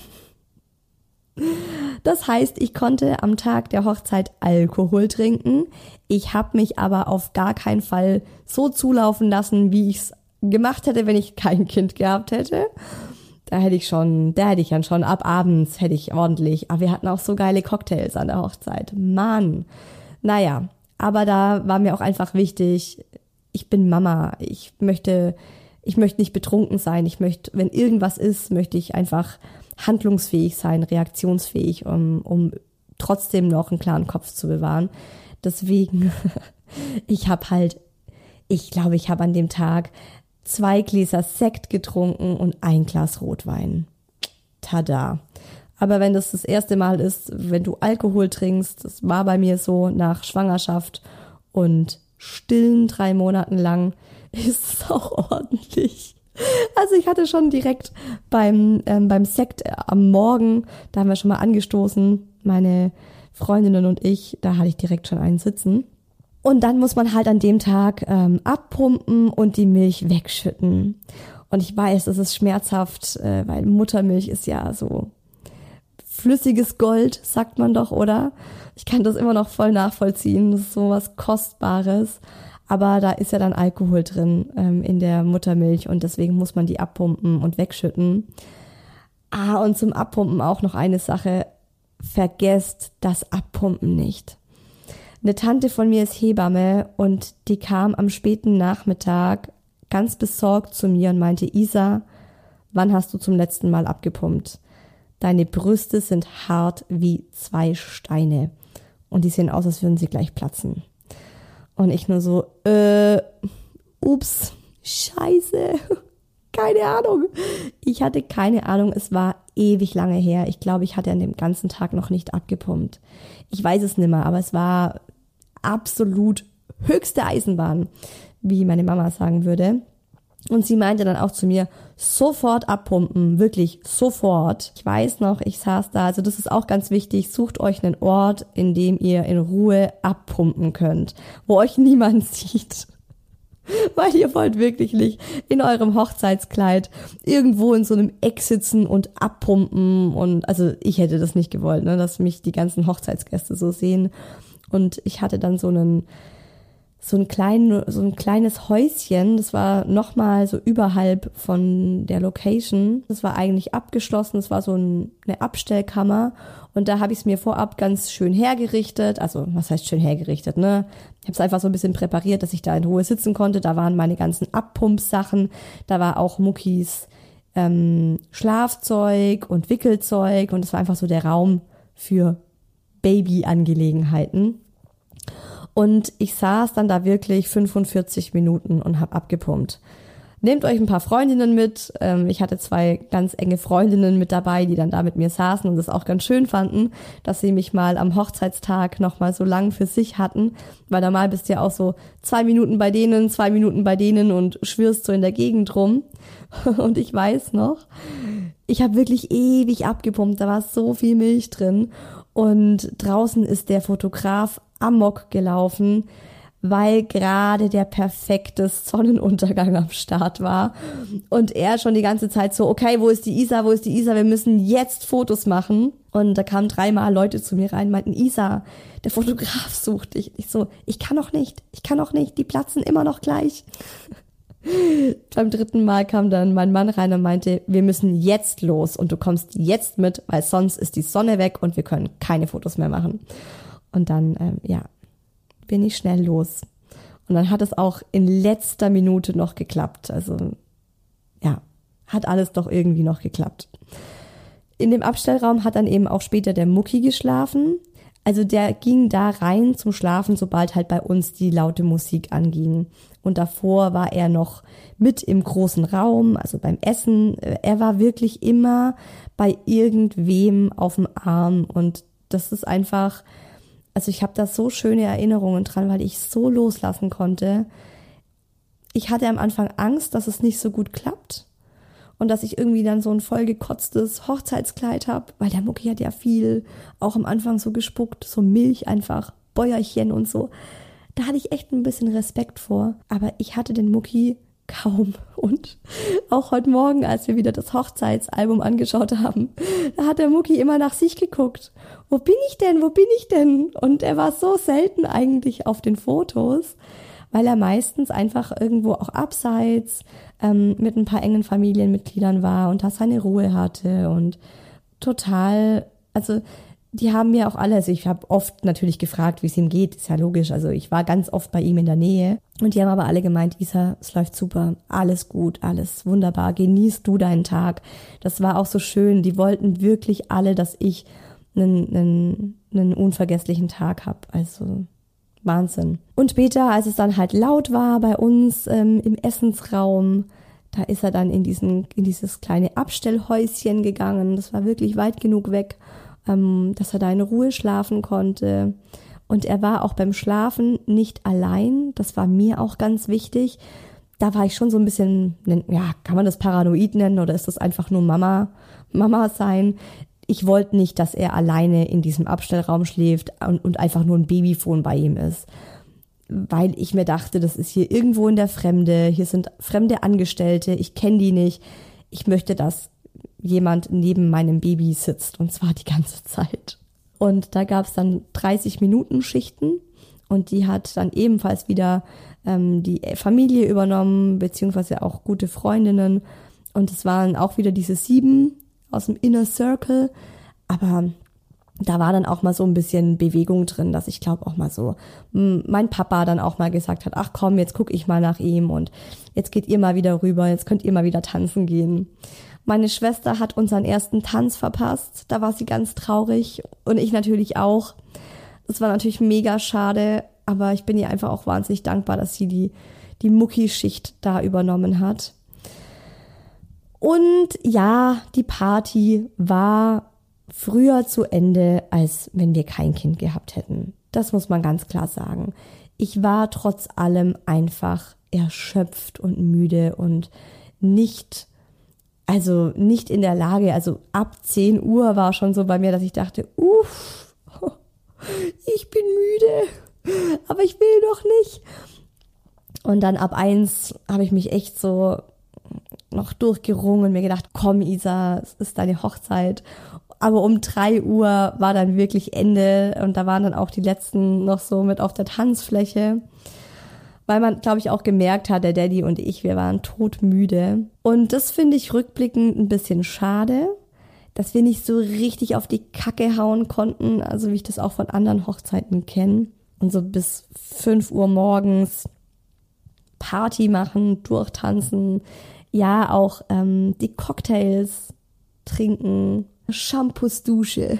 Das heißt, ich konnte am Tag der Hochzeit Alkohol trinken. Ich habe mich aber auf gar keinen Fall so zulaufen lassen, wie ich es gemacht hätte, wenn ich kein Kind gehabt hätte. Da hätte ich dann schon ab abends hätte ich ordentlich. Aber wir hatten auch so geile Cocktails an der Hochzeit. Mann. Naja, aber da war mir auch einfach wichtig, ich bin Mama. Ich möchte nicht betrunken sein. Wenn irgendwas ist, möchte ich einfach handlungsfähig sein, reaktionsfähig, um trotzdem noch einen klaren Kopf zu bewahren. Deswegen, ich glaube, ich habe an dem Tag 2 Gläser Sekt getrunken und 1 Glas Rotwein. Tada. Aber wenn das erste Mal ist, wenn du Alkohol trinkst, das war bei mir so nach Schwangerschaft und stillen 3 Monaten lang, ist es auch ordentlich. Also ich hatte schon direkt beim Sekt am Morgen, da haben wir schon mal angestoßen, meine Freundinnen und ich, da hatte ich direkt schon einen sitzen. Und dann muss man halt an dem Tag abpumpen und die Milch wegschütten. Und ich weiß, es ist schmerzhaft, weil Muttermilch ist ja so flüssiges Gold, sagt man doch, oder? Ich kann das immer noch voll nachvollziehen. Das ist so was Kostbares. Aber da ist ja dann Alkohol drin in der Muttermilch und deswegen muss man die abpumpen und wegschütten. Und zum Abpumpen auch noch eine Sache. Vergesst das Abpumpen nicht. Eine Tante von mir ist Hebamme und die kam am späten Nachmittag ganz besorgt zu mir und meinte, Isa, wann hast du zum letzten Mal abgepumpt? Deine Brüste sind hart wie 2 Steine und die sehen aus, als würden sie gleich platzen. Und ich nur so, ups, scheiße, keine Ahnung. Ich hatte keine Ahnung, es war ewig lange her. Ich glaube, ich hatte an dem ganzen Tag noch nicht abgepumpt. Ich weiß es nicht mehr, aber es war absolut höchste Eisenbahn, wie meine Mama sagen würde. Und sie meinte dann auch zu mir, sofort abpumpen, wirklich sofort. Ich weiß noch, ich saß da, also das ist auch ganz wichtig, sucht euch einen Ort, in dem ihr in Ruhe abpumpen könnt, wo euch niemand sieht. Weil ihr wollt wirklich nicht in eurem Hochzeitskleid irgendwo in so einem Eck sitzen und abpumpen und, also ich hätte das nicht gewollt, ne, dass mich die ganzen Hochzeitsgäste so sehen. Und ich hatte dann so ein kleines Häuschen, das war nochmal so überhalb von der Location. Das war eigentlich abgeschlossen, das war so eine Abstellkammer und da habe ich es mir vorab ganz schön hergerichtet. Also was heißt schön hergerichtet, ne? Ich habe es einfach so ein bisschen präpariert, dass ich da in Ruhe sitzen konnte. Da waren meine ganzen Abpumpsachen, da war auch Muckis Schlafzeug und Wickelzeug und es war einfach so der Raum für Babyangelegenheiten. Und ich saß dann da wirklich 45 Minuten und habe abgepumpt. Nehmt euch ein paar Freundinnen mit. Ich hatte 2 ganz enge Freundinnen mit dabei, die dann da mit mir saßen und das auch ganz schön fanden, dass sie mich mal am Hochzeitstag nochmal so lang für sich hatten. Weil normal bist du ja auch so 2 Minuten bei denen, 2 Minuten bei denen und schwirrst so in der Gegend rum. Und ich weiß noch, ich habe wirklich ewig abgepumpt. Da war so viel Milch drin. Und draußen ist der Fotograf amok gelaufen, weil gerade der perfekte Sonnenuntergang am Start war und er schon die ganze Zeit so, okay, wo ist die Isa, wir müssen jetzt Fotos machen. Und da kamen 3-mal Leute zu mir rein, meinten, Isa, der Fotograf sucht dich. Ich so, ich kann noch nicht, die platzen immer noch gleich. Beim 3. Mal kam dann mein Mann rein und meinte, wir müssen jetzt los und du kommst jetzt mit, weil sonst ist die Sonne weg und wir können keine Fotos mehr machen. Und dann, bin ich schnell los. Und dann hat es auch in letzter Minute noch geklappt. Also, ja, hat alles doch irgendwie noch geklappt. In dem Abstellraum hat dann eben auch später der Mucki geschlafen. Also der ging da rein zum Schlafen, sobald halt bei uns die laute Musik anging. Und davor war er noch mit im großen Raum, also beim Essen. Er war wirklich immer bei irgendwem auf dem Arm. Und das ist einfach, also ich habe da so schöne Erinnerungen dran, weil ich so loslassen konnte. Ich hatte am Anfang Angst, dass es nicht so gut klappt. Und dass ich irgendwie dann so ein vollgekotztes Hochzeitskleid habe, weil der Mucki hat ja viel auch am Anfang so gespuckt, so Milch einfach, Bäuerchen und so. Da hatte ich echt ein bisschen Respekt vor. Aber ich hatte den Mucki kaum. Und auch heute Morgen, als wir wieder das Hochzeitsalbum angeschaut haben, da hat der Mucki immer nach sich geguckt. Wo bin ich denn? Und er war so selten eigentlich auf den Fotos, weil er meistens einfach irgendwo auch abseits mit ein paar engen Familienmitgliedern war und da seine Ruhe hatte und total, also die haben mir auch alle, also ich habe oft natürlich gefragt, wie es ihm geht, ist ja logisch, also ich war ganz oft bei ihm in der Nähe und die haben aber alle gemeint, Isa, es läuft super, alles gut, alles wunderbar, genießt du deinen Tag. Das war auch so schön, die wollten wirklich alle, dass ich einen unvergesslichen Tag habe, also Wahnsinn. Und später, als es dann halt laut war bei uns im Essensraum, da ist er dann in dieses kleine Abstellhäuschen gegangen, das war wirklich weit genug weg, dass er da in Ruhe schlafen konnte. Und er war auch beim Schlafen nicht allein. Das war mir auch ganz wichtig. Da war ich schon so ein bisschen, ja, kann man das paranoid nennen oder ist das einfach nur Mama sein? Ich wollte nicht, dass er alleine in diesem Abstellraum schläft und einfach nur ein Babyphone bei ihm ist. Weil ich mir dachte, das ist hier irgendwo in der Fremde, hier sind fremde Angestellte, ich kenne die nicht. Ich möchte, dass jemand neben meinem Baby sitzt und zwar die ganze Zeit. Und da gab es dann 30-Minuten-Schichten und die hat dann ebenfalls wieder die Familie übernommen, beziehungsweise auch gute Freundinnen. Und es waren auch wieder diese 7 aus dem Inner Circle, aber da war dann auch mal so ein bisschen Bewegung drin, dass ich glaube auch mal so mein Papa dann auch mal gesagt hat, ach komm, jetzt gucke ich mal nach ihm und jetzt geht ihr mal wieder rüber, jetzt könnt ihr mal wieder tanzen gehen. Meine Schwester hat unseren ersten Tanz verpasst, da war sie ganz traurig und ich natürlich auch. Das war natürlich mega schade, aber ich bin ihr einfach auch wahnsinnig dankbar, dass sie die Muckischicht da übernommen hat. Und ja, die Party war früher zu Ende, als wenn wir kein Kind gehabt hätten. Das muss man ganz klar sagen. Ich war trotz allem einfach erschöpft und müde und nicht in der Lage, also ab 10 Uhr war schon so bei mir, dass ich dachte, ich bin müde, aber ich will doch nicht. Und dann ab 1 habe ich mich echt so noch durchgerungen und mir gedacht, komm Isa, es ist deine Hochzeit. Aber um 3 Uhr war dann wirklich Ende und da waren dann auch die letzten noch so mit auf der Tanzfläche. Weil man, glaube ich, auch gemerkt hat, der Daddy und ich, wir waren todmüde. Und das finde ich rückblickend ein bisschen schade, dass wir nicht so richtig auf die Kacke hauen konnten, also wie ich das auch von anderen Hochzeiten kenne. Und so bis 5 Uhr morgens Party machen, durchtanzen, ja auch die Cocktails trinken, Shampoos-Dusche.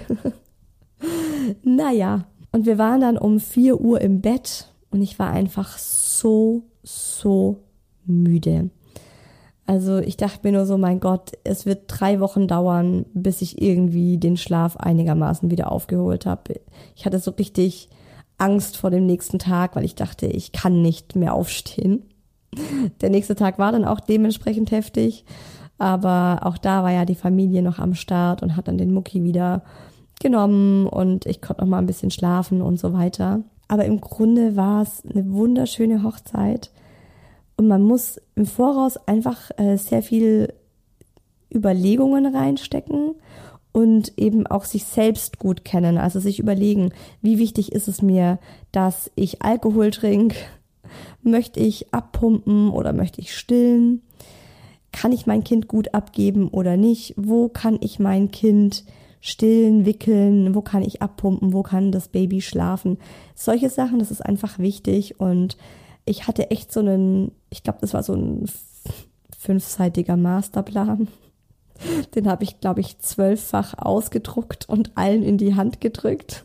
Naja, und wir waren dann um 4 Uhr im Bett. Und ich war einfach so müde. Also ich dachte mir nur so, mein Gott, es wird 3 Wochen dauern, bis ich irgendwie den Schlaf einigermaßen wieder aufgeholt habe. Ich hatte so richtig Angst vor dem nächsten Tag, weil ich dachte, ich kann nicht mehr aufstehen. Der nächste Tag war dann auch dementsprechend heftig. Aber auch da war ja die Familie noch am Start und hat dann den Mucki wieder genommen und ich konnte noch mal ein bisschen schlafen und so weiter. Aber im Grunde war es eine wunderschöne Hochzeit und man muss im Voraus einfach sehr viel Überlegungen reinstecken und eben auch sich selbst gut kennen, also sich überlegen, wie wichtig ist es mir, dass ich Alkohol trinke, möchte ich abpumpen oder möchte ich stillen, kann ich mein Kind gut abgeben oder nicht, wo kann ich mein Kind stillen, wickeln, wo kann ich abpumpen, wo kann das Baby schlafen. Solche Sachen, das ist einfach wichtig und ich hatte echt so ich glaube, das war so ein 5-seitiger Masterplan. Den habe ich, glaube ich, 12-fach ausgedruckt und allen in die Hand gedrückt.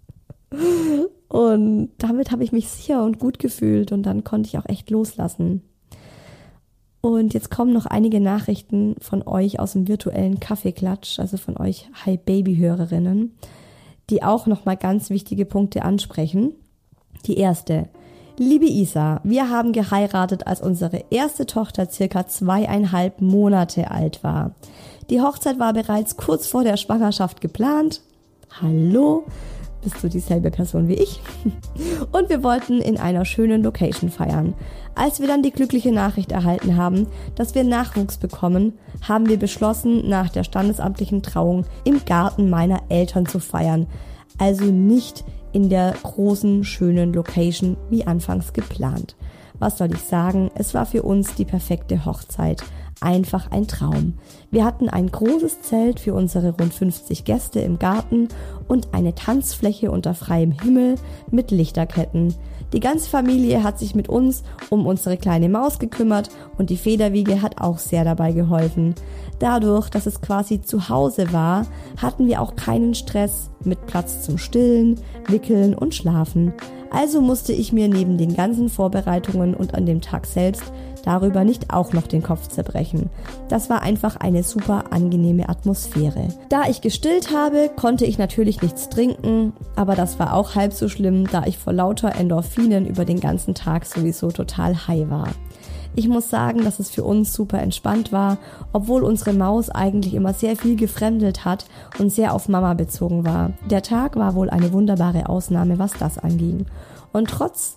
Und damit habe ich mich sicher und gut gefühlt und dann konnte ich auch echt loslassen. Und jetzt kommen noch einige Nachrichten von euch aus dem virtuellen Kaffeeklatsch, also von euch Hi-Baby-Hörerinnen, die auch nochmal ganz wichtige Punkte ansprechen. Die erste: Liebe Isa, wir haben geheiratet, als unsere erste Tochter circa 2,5 Monate alt war. Die Hochzeit war bereits kurz vor der Schwangerschaft geplant. Hallo? Bist du dieselbe Person wie ich? Und wir wollten in einer schönen Location feiern. Als wir dann die glückliche Nachricht erhalten haben, dass wir Nachwuchs bekommen, haben wir beschlossen, nach der standesamtlichen Trauung im Garten meiner Eltern zu feiern. Also nicht in der großen, schönen Location wie anfangs geplant. Was soll ich sagen? Es war für uns die perfekte Hochzeit. Einfach ein Traum. Wir hatten ein großes Zelt für unsere rund 50 Gäste im Garten und eine Tanzfläche unter freiem Himmel mit Lichterketten. Die ganze Familie hat sich mit uns um unsere kleine Maus gekümmert und die Federwiege hat auch sehr dabei geholfen. Dadurch, dass es quasi zu Hause war, hatten wir auch keinen Stress mit Platz zum Stillen, Wickeln und Schlafen. Also musste ich mir neben den ganzen Vorbereitungen und an dem Tag selbst darüber nicht auch noch den Kopf zerbrechen. Das war einfach eine super angenehme Atmosphäre. Da ich gestillt habe, konnte ich natürlich nichts trinken, aber das war auch halb so schlimm, da ich vor lauter Endorphinen über den ganzen Tag sowieso total high war. Ich muss sagen, dass es für uns super entspannt war, obwohl unsere Maus eigentlich immer sehr viel gefremdelt hat und sehr auf Mama bezogen war. Der Tag war wohl eine wunderbare Ausnahme, was das anging. Und trotz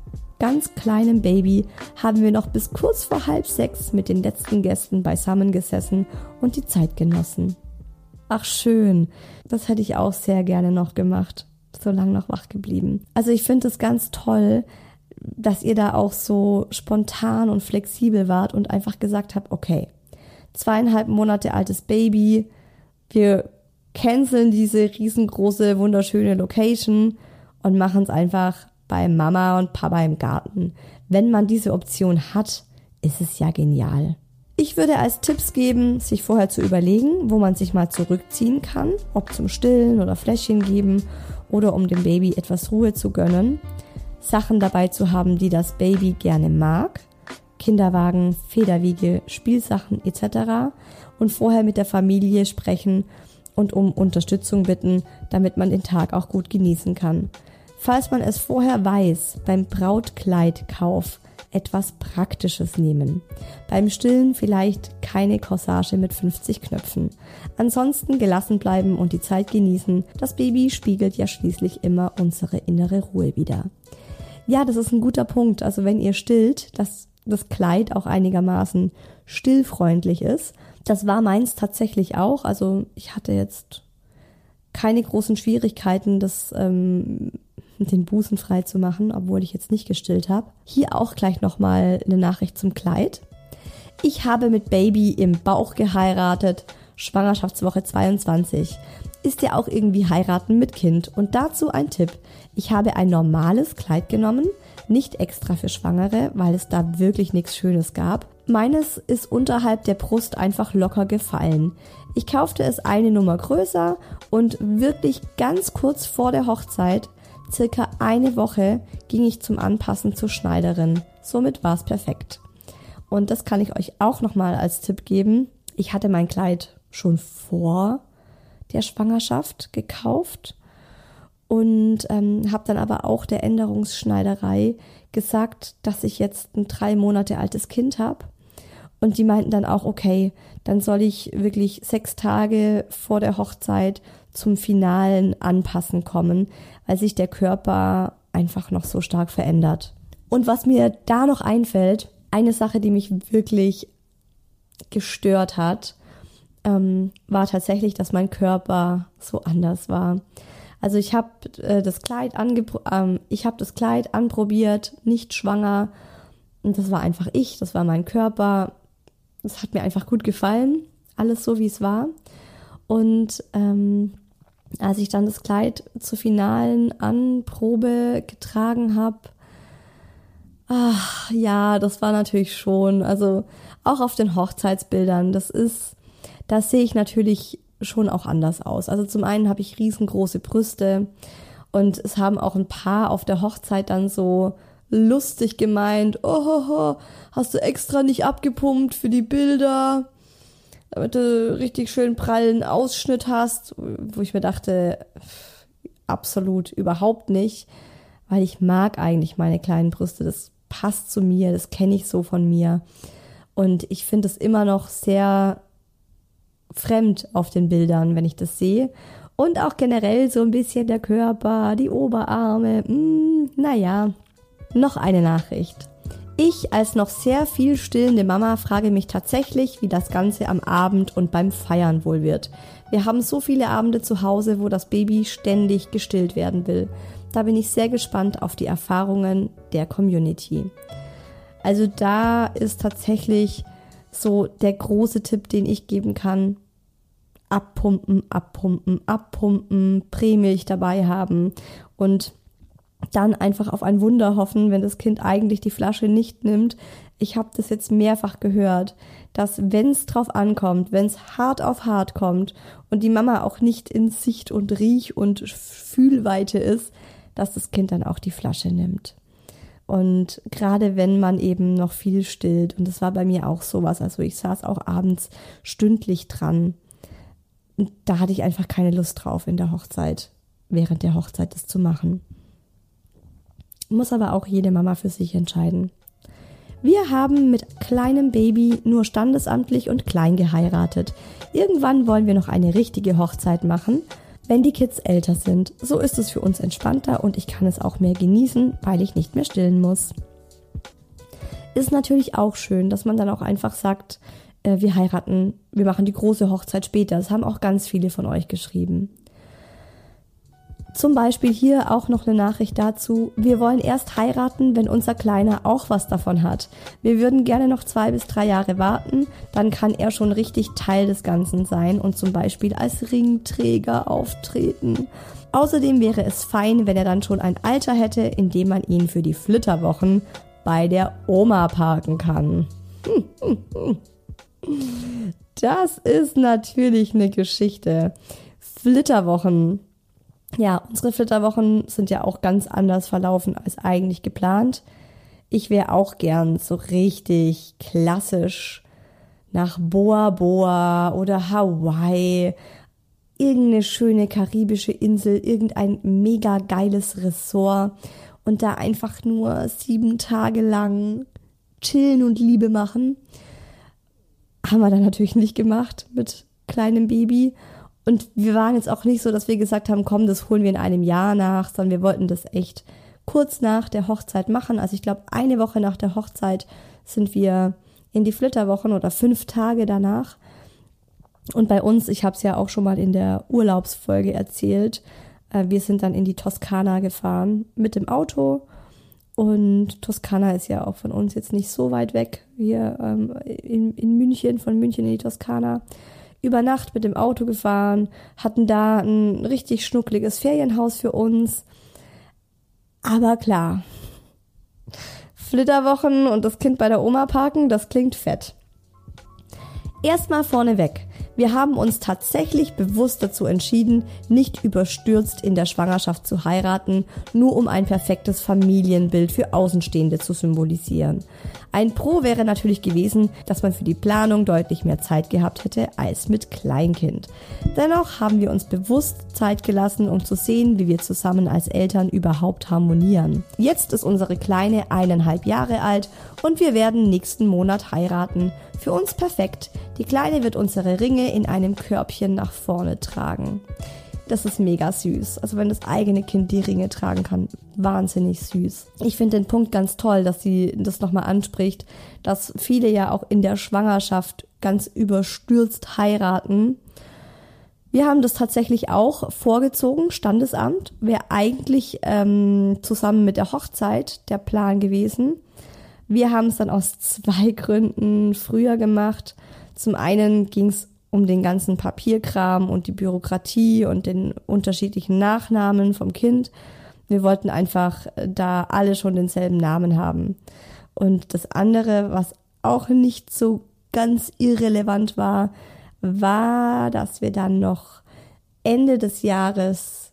ganz kleinem Baby haben wir noch bis kurz vor 5:30 mit den letzten Gästen beisammen gesessen und die Zeit genossen. Ach schön, das hätte ich auch sehr gerne noch gemacht, so lange noch wach geblieben. Also ich finde es ganz toll, dass ihr da auch so spontan und flexibel wart und einfach gesagt habt, okay, 2,5 Monate altes Baby, wir canceln diese riesengroße, wunderschöne Location und machen es einfach bei Mama und Papa im Garten. Wenn man diese Option hat, ist es ja genial. Ich würde als Tipps geben, sich vorher zu überlegen, wo man sich mal zurückziehen kann, ob zum Stillen oder Fläschchen geben oder um dem Baby etwas Ruhe zu gönnen. Sachen dabei zu haben, die das Baby gerne mag, Kinderwagen, Federwiege, Spielsachen etc. und vorher mit der Familie sprechen und um Unterstützung bitten, damit man den Tag auch gut genießen kann. Falls man es vorher weiß, beim Brautkleidkauf etwas Praktisches nehmen. Beim Stillen vielleicht keine Corsage mit 50 Knöpfen. Ansonsten gelassen bleiben und die Zeit genießen. Das Baby spiegelt ja schließlich immer unsere innere Ruhe wider. Ja, das ist ein guter Punkt. Also wenn ihr stillt, dass das Kleid auch einigermaßen stillfreundlich ist. Das war meins tatsächlich auch. Also ich hatte jetzt keine großen Schwierigkeiten, den Busen frei zu machen, obwohl ich jetzt nicht gestillt habe. Hier auch gleich nochmal eine Nachricht zum Kleid. Ich habe mit Baby im Bauch geheiratet, Schwangerschaftswoche 22. Ist ja auch irgendwie heiraten mit Kind. Und dazu ein Tipp. Ich habe ein normales Kleid genommen, nicht extra für Schwangere, weil es da wirklich nichts Schönes gab. Meines ist unterhalb der Brust einfach locker gefallen. Ich kaufte es eine Nummer größer und wirklich ganz kurz vor der Hochzeit, circa eine Woche, ging ich zum Anpassen zur Schneiderin. Somit war es perfekt. Und das kann ich euch auch nochmal als Tipp geben. Ich hatte mein Kleid schon vor der Schwangerschaft gekauft und habe dann aber auch der Änderungsschneiderei gesagt, dass ich jetzt ein 3 Monate altes Kind habe. Und die meinten dann auch, okay, dann soll ich wirklich 6 Tage vor der Hochzeit zum finalen Anpassen kommen, weil sich der Körper einfach noch so stark verändert. Und was mir da noch einfällt, eine Sache, die mich wirklich gestört hat, war tatsächlich, dass mein Körper so anders war. Also ich habe das Kleid anprobiert, nicht schwanger. Und das war einfach das war mein Körper. Das hat mir einfach gut gefallen, alles so, wie es war. Und als ich dann das Kleid zur finalen Anprobe getragen habe, das war natürlich schon, also auch auf den Hochzeitsbildern, da sehe ich natürlich schon auch anders aus. Also zum einen habe ich riesengroße Brüste und es haben auch ein paar auf der Hochzeit dann so lustig gemeint, hast du extra nicht abgepumpt für die Bilder, damit du richtig schön prallen Ausschnitt hast, wo ich mir dachte, absolut überhaupt nicht, weil ich mag eigentlich meine kleinen Brüste, das passt zu mir, das kenne ich so von mir und ich finde es immer noch sehr fremd auf den Bildern, wenn ich das sehe und auch generell so ein bisschen der Körper, die Oberarme, Noch eine Nachricht. Ich als noch sehr viel stillende Mama frage mich tatsächlich, wie das Ganze am Abend und beim Feiern wohl wird. Wir haben so viele Abende zu Hause, wo das Baby ständig gestillt werden will. Da bin ich sehr gespannt auf die Erfahrungen der Community. Also da ist tatsächlich so der große Tipp, den ich geben kann: abpumpen, abpumpen, abpumpen, Prämilch dabei haben und dann einfach auf ein Wunder hoffen, wenn das Kind eigentlich die Flasche nicht nimmt. Ich habe das jetzt mehrfach gehört, dass wenn es drauf ankommt, wenn es hart auf hart kommt und die Mama auch nicht in Sicht und Riech- und Fühlweite ist, dass das Kind dann auch die Flasche nimmt. Und gerade wenn man eben noch viel stillt, und das war bei mir auch sowas, also ich saß auch abends stündlich dran, und da hatte ich einfach keine Lust drauf in der Hochzeit, während der Hochzeit das zu machen. Muss aber auch jede Mama für sich entscheiden. Wir haben mit kleinem Baby nur standesamtlich und klein geheiratet. Irgendwann wollen wir noch eine richtige Hochzeit machen, wenn die Kids älter sind. So ist es für uns entspannter und ich kann es auch mehr genießen, weil ich nicht mehr stillen muss. Ist natürlich auch schön, dass man dann auch einfach sagt, wir heiraten, wir machen die große Hochzeit später. Das haben auch ganz viele von euch geschrieben. Zum Beispiel hier auch noch eine Nachricht dazu: Wir wollen erst heiraten, wenn unser Kleiner auch was davon hat. Wir würden gerne noch 2 bis 3 Jahre warten, dann kann er schon richtig Teil des Ganzen sein und zum Beispiel als Ringträger auftreten. Außerdem wäre es fein, wenn er dann schon ein Alter hätte, in dem man ihn für die Flitterwochen bei der Oma parken kann. Das ist natürlich eine Geschichte. Flitterwochen. Ja, unsere Flitterwochen sind ja auch ganz anders verlaufen als eigentlich geplant. Ich wäre auch gern so richtig klassisch nach Boa Boa oder Hawaii, irgendeine schöne karibische Insel, irgendein mega geiles Ressort und da einfach nur 7 Tage lang chillen und Liebe machen. Haben wir dann natürlich nicht gemacht mit kleinem Baby. Und wir waren jetzt auch nicht so, dass wir gesagt haben, komm, das holen wir in einem Jahr nach, sondern wir wollten das echt kurz nach der Hochzeit machen. Also ich glaube, eine Woche nach der Hochzeit sind wir in die Flitterwochen oder 5 Tage danach. Und bei uns, ich habe es ja auch schon mal in der Urlaubsfolge erzählt, wir sind dann in die Toskana gefahren mit dem Auto. Und Toskana ist ja auch von uns jetzt nicht so weit weg, hier in München, von München in die Toskana. Über Nacht mit dem Auto gefahren, hatten da ein richtig schnuckliges Ferienhaus für uns. Aber klar, Flitterwochen und das Kind bei der Oma parken, das klingt fett. Erstmal vorneweg. Wir haben uns tatsächlich bewusst dazu entschieden, nicht überstürzt in der Schwangerschaft zu heiraten, nur um ein perfektes Familienbild für Außenstehende zu symbolisieren. Ein Pro wäre natürlich gewesen, dass man für die Planung deutlich mehr Zeit gehabt hätte als mit Kleinkind. Dennoch haben wir uns bewusst Zeit gelassen, um zu sehen, wie wir zusammen als Eltern überhaupt harmonieren. Jetzt ist unsere Kleine 1,5 Jahre alt und wir werden nächsten Monat heiraten. Für uns perfekt. Die Kleine wird unsere Ringe in einem Körbchen nach vorne tragen. Das ist mega süß. Also wenn das eigene Kind die Ringe tragen kann, wahnsinnig süß. Ich finde den Punkt ganz toll, dass sie das nochmal anspricht, dass viele ja auch in der Schwangerschaft ganz überstürzt heiraten. Wir haben das tatsächlich auch vorgezogen, Standesamt. Wäre eigentlich zusammen mit der Hochzeit der Plan gewesen. Wir haben es dann aus 2 Gründen früher gemacht. Zum einen ging es um den ganzen Papierkram und die Bürokratie und den unterschiedlichen Nachnamen vom Kind. Wir wollten einfach da alle schon denselben Namen haben. Und das andere, was auch nicht so ganz irrelevant war, dass wir dann noch Ende des Jahres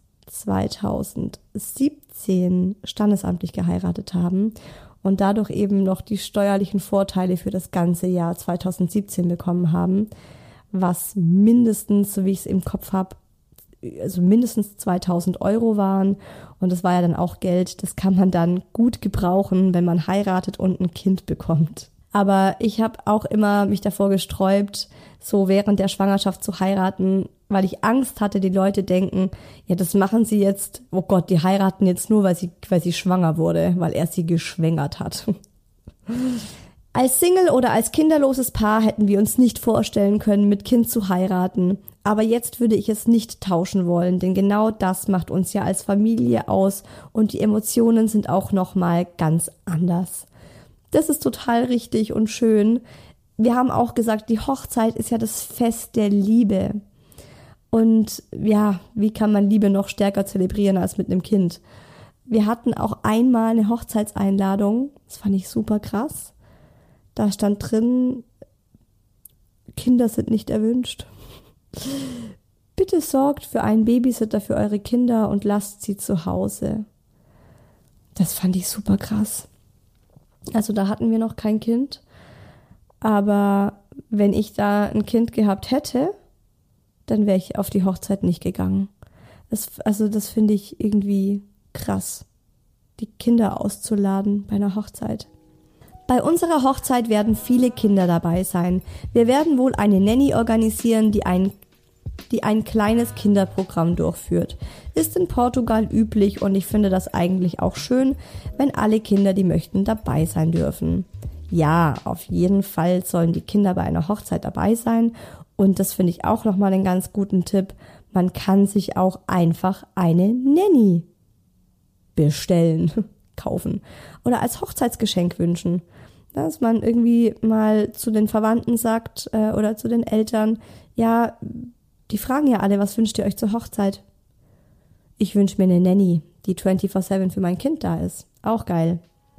2017 standesamtlich geheiratet haben und dadurch eben noch die steuerlichen Vorteile für das ganze Jahr 2017 bekommen haben, was mindestens, so wie ich es im Kopf habe, also mindestens 2.000 € waren. Und das war ja dann auch Geld, das kann man dann gut gebrauchen, wenn man heiratet und ein Kind bekommt. Aber ich habe auch immer mich davor gesträubt, so während der Schwangerschaft zu heiraten, weil ich Angst hatte, die Leute denken, ja, das machen sie jetzt, oh Gott, die heiraten jetzt nur, weil sie schwanger wurde, weil er sie geschwängert hat. Als Single oder als kinderloses Paar hätten wir uns nicht vorstellen können, mit Kind zu heiraten. Aber jetzt würde ich es nicht tauschen wollen, denn genau das macht uns ja als Familie aus und die Emotionen sind auch nochmal ganz anders. Das ist total richtig und schön. Wir haben auch gesagt, die Hochzeit ist ja das Fest der Liebe. Und ja, wie kann man Liebe noch stärker zelebrieren als mit einem Kind? Wir hatten auch einmal eine Hochzeitseinladung. Das fand ich super krass. Da stand drin, Kinder sind nicht erwünscht. Bitte sorgt für einen Babysitter für eure Kinder und lasst sie zu Hause. Das fand ich super krass. Also da hatten wir noch kein Kind. Aber wenn ich da ein Kind gehabt hätte, dann wäre ich auf die Hochzeit nicht gegangen. Das finde ich irgendwie krass, die Kinder auszuladen bei einer Hochzeit. Bei unserer Hochzeit werden viele Kinder dabei sein. Wir werden wohl eine Nanny organisieren, die ein kleines Kinderprogramm durchführt. Ist in Portugal üblich und ich finde das eigentlich auch schön, wenn alle Kinder, die möchten, dabei sein dürfen. Ja, auf jeden Fall sollen die Kinder bei einer Hochzeit dabei sein und das finde ich auch nochmal einen ganz guten Tipp. Man kann sich auch einfach eine Nanny bestellen, kaufen oder als Hochzeitsgeschenk wünschen. Dass man irgendwie mal zu den Verwandten sagt oder zu den Eltern, ja, die fragen ja alle, was wünscht ihr euch zur Hochzeit? Ich wünsche mir eine Nanny, die 24/7 für mein Kind da ist. Auch geil.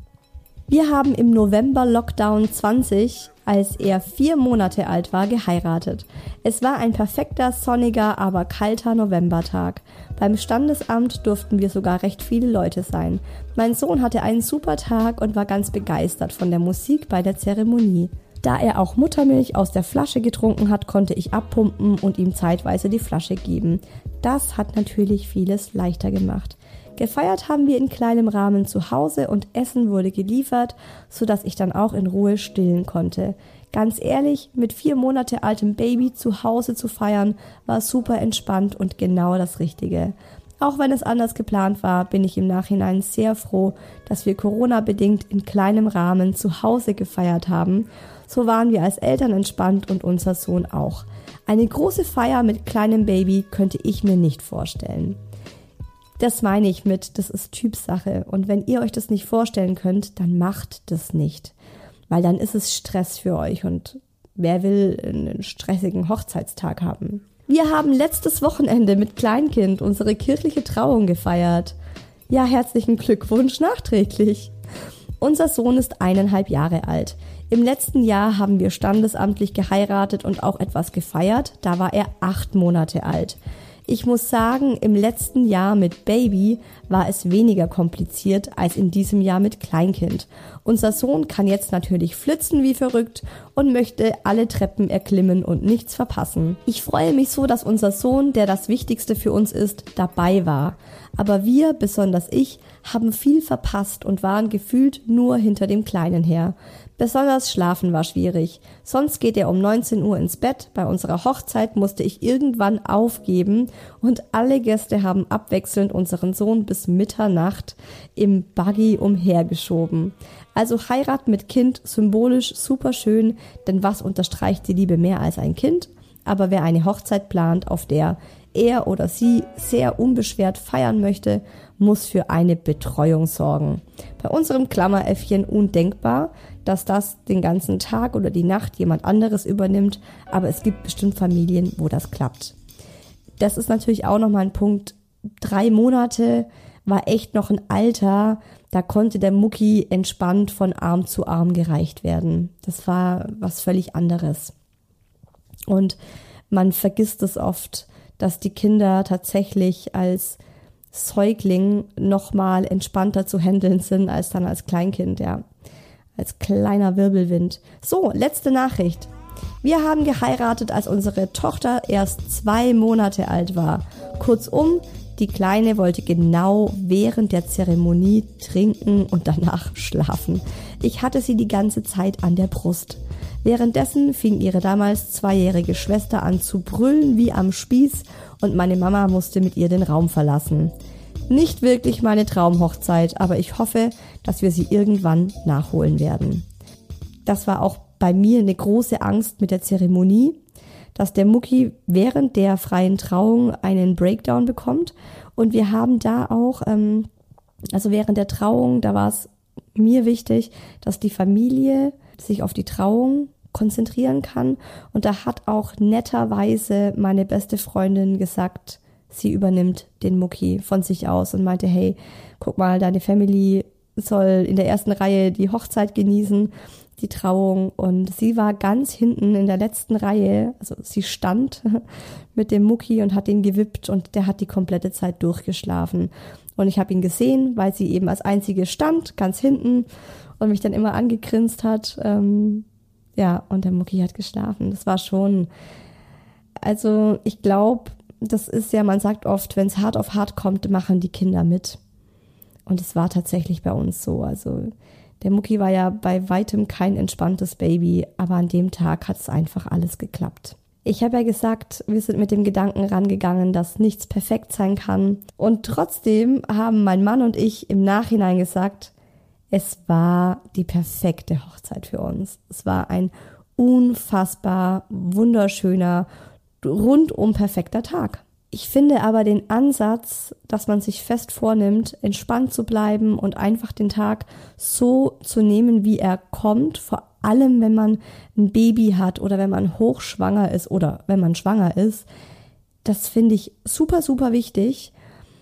Wir haben im November Lockdown 20, als er 4 Monate alt war, geheiratet. Es war ein perfekter, sonniger, aber kalter Novembertag. Beim Standesamt durften wir sogar recht viele Leute sein. Mein Sohn hatte einen super Tag und war ganz begeistert von der Musik bei der Zeremonie. Da er auch Muttermilch aus der Flasche getrunken hat, konnte ich abpumpen und ihm zeitweise die Flasche geben. Das hat natürlich vieles leichter gemacht. Gefeiert haben wir in kleinem Rahmen zu Hause und Essen wurde geliefert, sodass ich dann auch in Ruhe stillen konnte. Ganz ehrlich, mit 4 Monate altem Baby zu Hause zu feiern, war super entspannt und genau das Richtige. Auch wenn es anders geplant war, bin ich im Nachhinein sehr froh, dass wir Corona-bedingt in kleinem Rahmen zu Hause gefeiert haben. So waren wir als Eltern entspannt und unser Sohn auch. Eine große Feier mit kleinem Baby könnte ich mir nicht vorstellen. Das meine ich mit, das ist Typsache. Und wenn ihr euch das nicht vorstellen könnt, dann macht das nicht. Weil dann ist es Stress für euch und wer will einen stressigen Hochzeitstag haben? Wir haben letztes Wochenende mit Kleinkind unsere kirchliche Trauung gefeiert. Ja, herzlichen Glückwunsch nachträglich. Unser Sohn ist 1,5 Jahre alt. Im letzten Jahr haben wir standesamtlich geheiratet und auch etwas gefeiert. Da war er 8 Monate alt. Ich muss sagen, im letzten Jahr mit Baby war es weniger kompliziert als in diesem Jahr mit Kleinkind. Unser Sohn kann jetzt natürlich flitzen wie verrückt und möchte alle Treppen erklimmen und nichts verpassen. Ich freue mich so, dass unser Sohn, der das Wichtigste für uns ist, dabei war. Aber wir, besonders ich, haben viel verpasst und waren gefühlt nur hinter dem Kleinen her. Besonders Schlafen war schwierig. Sonst geht er um 19 Uhr ins Bett. Bei unserer Hochzeit musste ich irgendwann aufgeben und alle Gäste haben abwechselnd unseren Sohn bis Mitternacht im Buggy umhergeschoben. Also Heirat mit Kind, symbolisch super schön, denn was unterstreicht die Liebe mehr als ein Kind? Aber wer eine Hochzeit plant, auf der er oder sie sehr unbeschwert feiern möchte, muss für eine Betreuung sorgen. Bei unserem Klammeräffchen undenkbar, dass das den ganzen Tag oder die Nacht jemand anderes übernimmt, aber es gibt bestimmt Familien, wo das klappt. Das ist natürlich auch nochmal ein Punkt. 3 Monate war echt noch ein Alter, da konnte der Mucki entspannt von Arm zu Arm gereicht werden. Das war was völlig anderes. Und man vergisst es oft, dass die Kinder tatsächlich als Säugling nochmal entspannter zu handeln sind als dann als Kleinkind, ja. Als kleiner Wirbelwind. So, letzte Nachricht. Wir haben geheiratet, als unsere Tochter erst 2 Monate alt war. Kurzum, die Kleine wollte genau während der Zeremonie trinken und danach schlafen. Ich hatte sie die ganze Zeit an der Brust. Währenddessen fing ihre damals 2-jährige Schwester an zu brüllen wie am Spieß und meine Mama musste mit ihr den Raum verlassen. Nicht wirklich meine Traumhochzeit, aber ich hoffe, dass wir sie irgendwann nachholen werden. Das war auch bei mir eine große Angst mit der Zeremonie, dass der Mucki während der freien Trauung einen Breakdown bekommt. Und wir haben da auch, also während der Trauung, da war es mir wichtig, dass die Familie sich auf die Trauung konzentrieren kann. Und da hat auch netterweise meine beste Freundin gesagt, sie übernimmt den Mucki von sich aus und meinte, hey, guck mal, deine Family soll in der ersten Reihe die Hochzeit genießen, die Trauung. Und sie war ganz hinten in der letzten Reihe, also sie stand mit dem Mucki und hat ihn gewippt und der hat die komplette Zeit durchgeschlafen. Und ich habe ihn gesehen, weil sie eben als einzige stand, ganz hinten und mich dann immer angegrinst hat. Und der Mucki hat geschlafen. Das war schon, also ich glaube, das ist ja, man sagt oft, wenn es hart auf hart kommt, machen die Kinder mit. Und es war tatsächlich bei uns so. Also der Mucki war ja bei weitem kein entspanntes Baby, aber an dem Tag hat es einfach alles geklappt. Ich habe ja gesagt, wir sind mit dem Gedanken rangegangen, dass nichts perfekt sein kann. Und trotzdem haben mein Mann und ich im Nachhinein gesagt, es war die perfekte Hochzeit für uns. Es war ein unfassbar wunderschöner, rundum perfekter Tag. Ich finde aber den Ansatz, dass man sich fest vornimmt, entspannt zu bleiben und einfach den Tag so zu nehmen, wie er kommt, vor allem wenn man ein Baby hat oder wenn man hochschwanger ist oder wenn man schwanger ist, das finde ich super, super wichtig.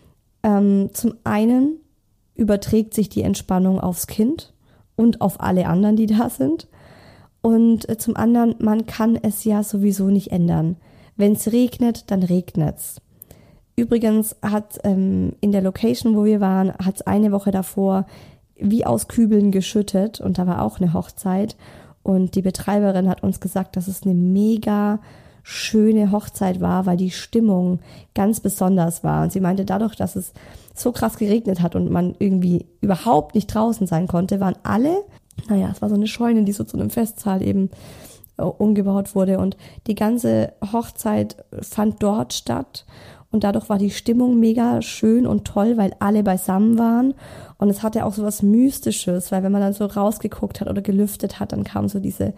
Zum einen überträgt sich die Entspannung aufs Kind und auf alle anderen, die da sind. Und zum anderen, man kann es ja sowieso nicht ändern. Wenn es regnet, dann regnet's. Übrigens hat in der Location, wo wir waren, hat es eine Woche davor wie aus Kübeln geschüttet und da war auch eine Hochzeit. Und die Betreiberin hat uns gesagt, dass es eine mega schöne Hochzeit war, weil die Stimmung ganz besonders war. Und sie meinte, dadurch, dass es so krass geregnet hat und man irgendwie überhaupt nicht draußen sein konnte, waren alle, es war so eine Scheune, die so zu einem Festsaal eben umgebaut wurde und die ganze Hochzeit fand dort statt und dadurch war die Stimmung mega schön und toll, weil alle beisammen waren und es hatte auch so was Mystisches, weil wenn man dann so rausgeguckt hat oder gelüftet hat, dann kam so diese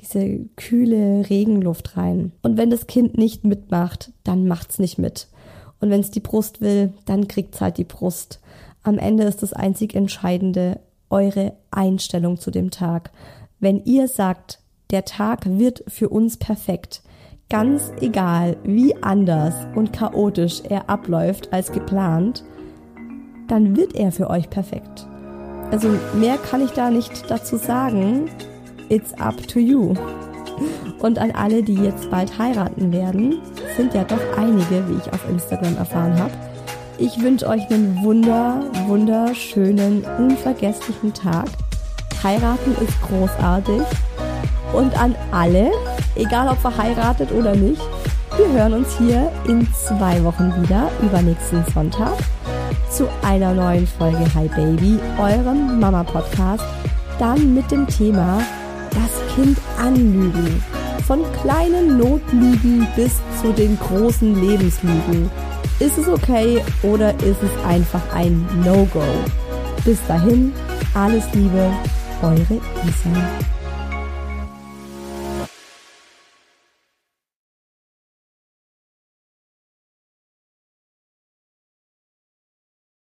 kühle Regenluft rein. Und wenn das Kind nicht mitmacht, dann macht's nicht mit. Und wenn es die Brust will, dann kriegt's halt die Brust. Am Ende ist das einzig Entscheidende eure Einstellung zu dem Tag. Wenn ihr sagt, der Tag wird für uns perfekt, ganz egal, wie anders und chaotisch er abläuft als geplant, dann wird er für euch perfekt. Also mehr kann ich da nicht dazu sagen. It's up to you. Und an alle, die jetzt bald heiraten werden, sind ja doch einige, wie ich auf Instagram erfahren habe. Ich wünsche euch einen wunderschönen, unvergesslichen Tag. Heiraten ist großartig. Und an alle, egal ob verheiratet oder nicht, wir hören uns hier in 2 Wochen wieder, übernächsten Sonntag, zu einer neuen Folge Hi Baby, eurem Mama-Podcast, dann mit dem Thema das Kind anlügen. Von kleinen Notlügen bis zu den großen Lebenslügen. Ist es okay oder ist es einfach ein No-Go? Bis dahin, alles Liebe, eure Isa.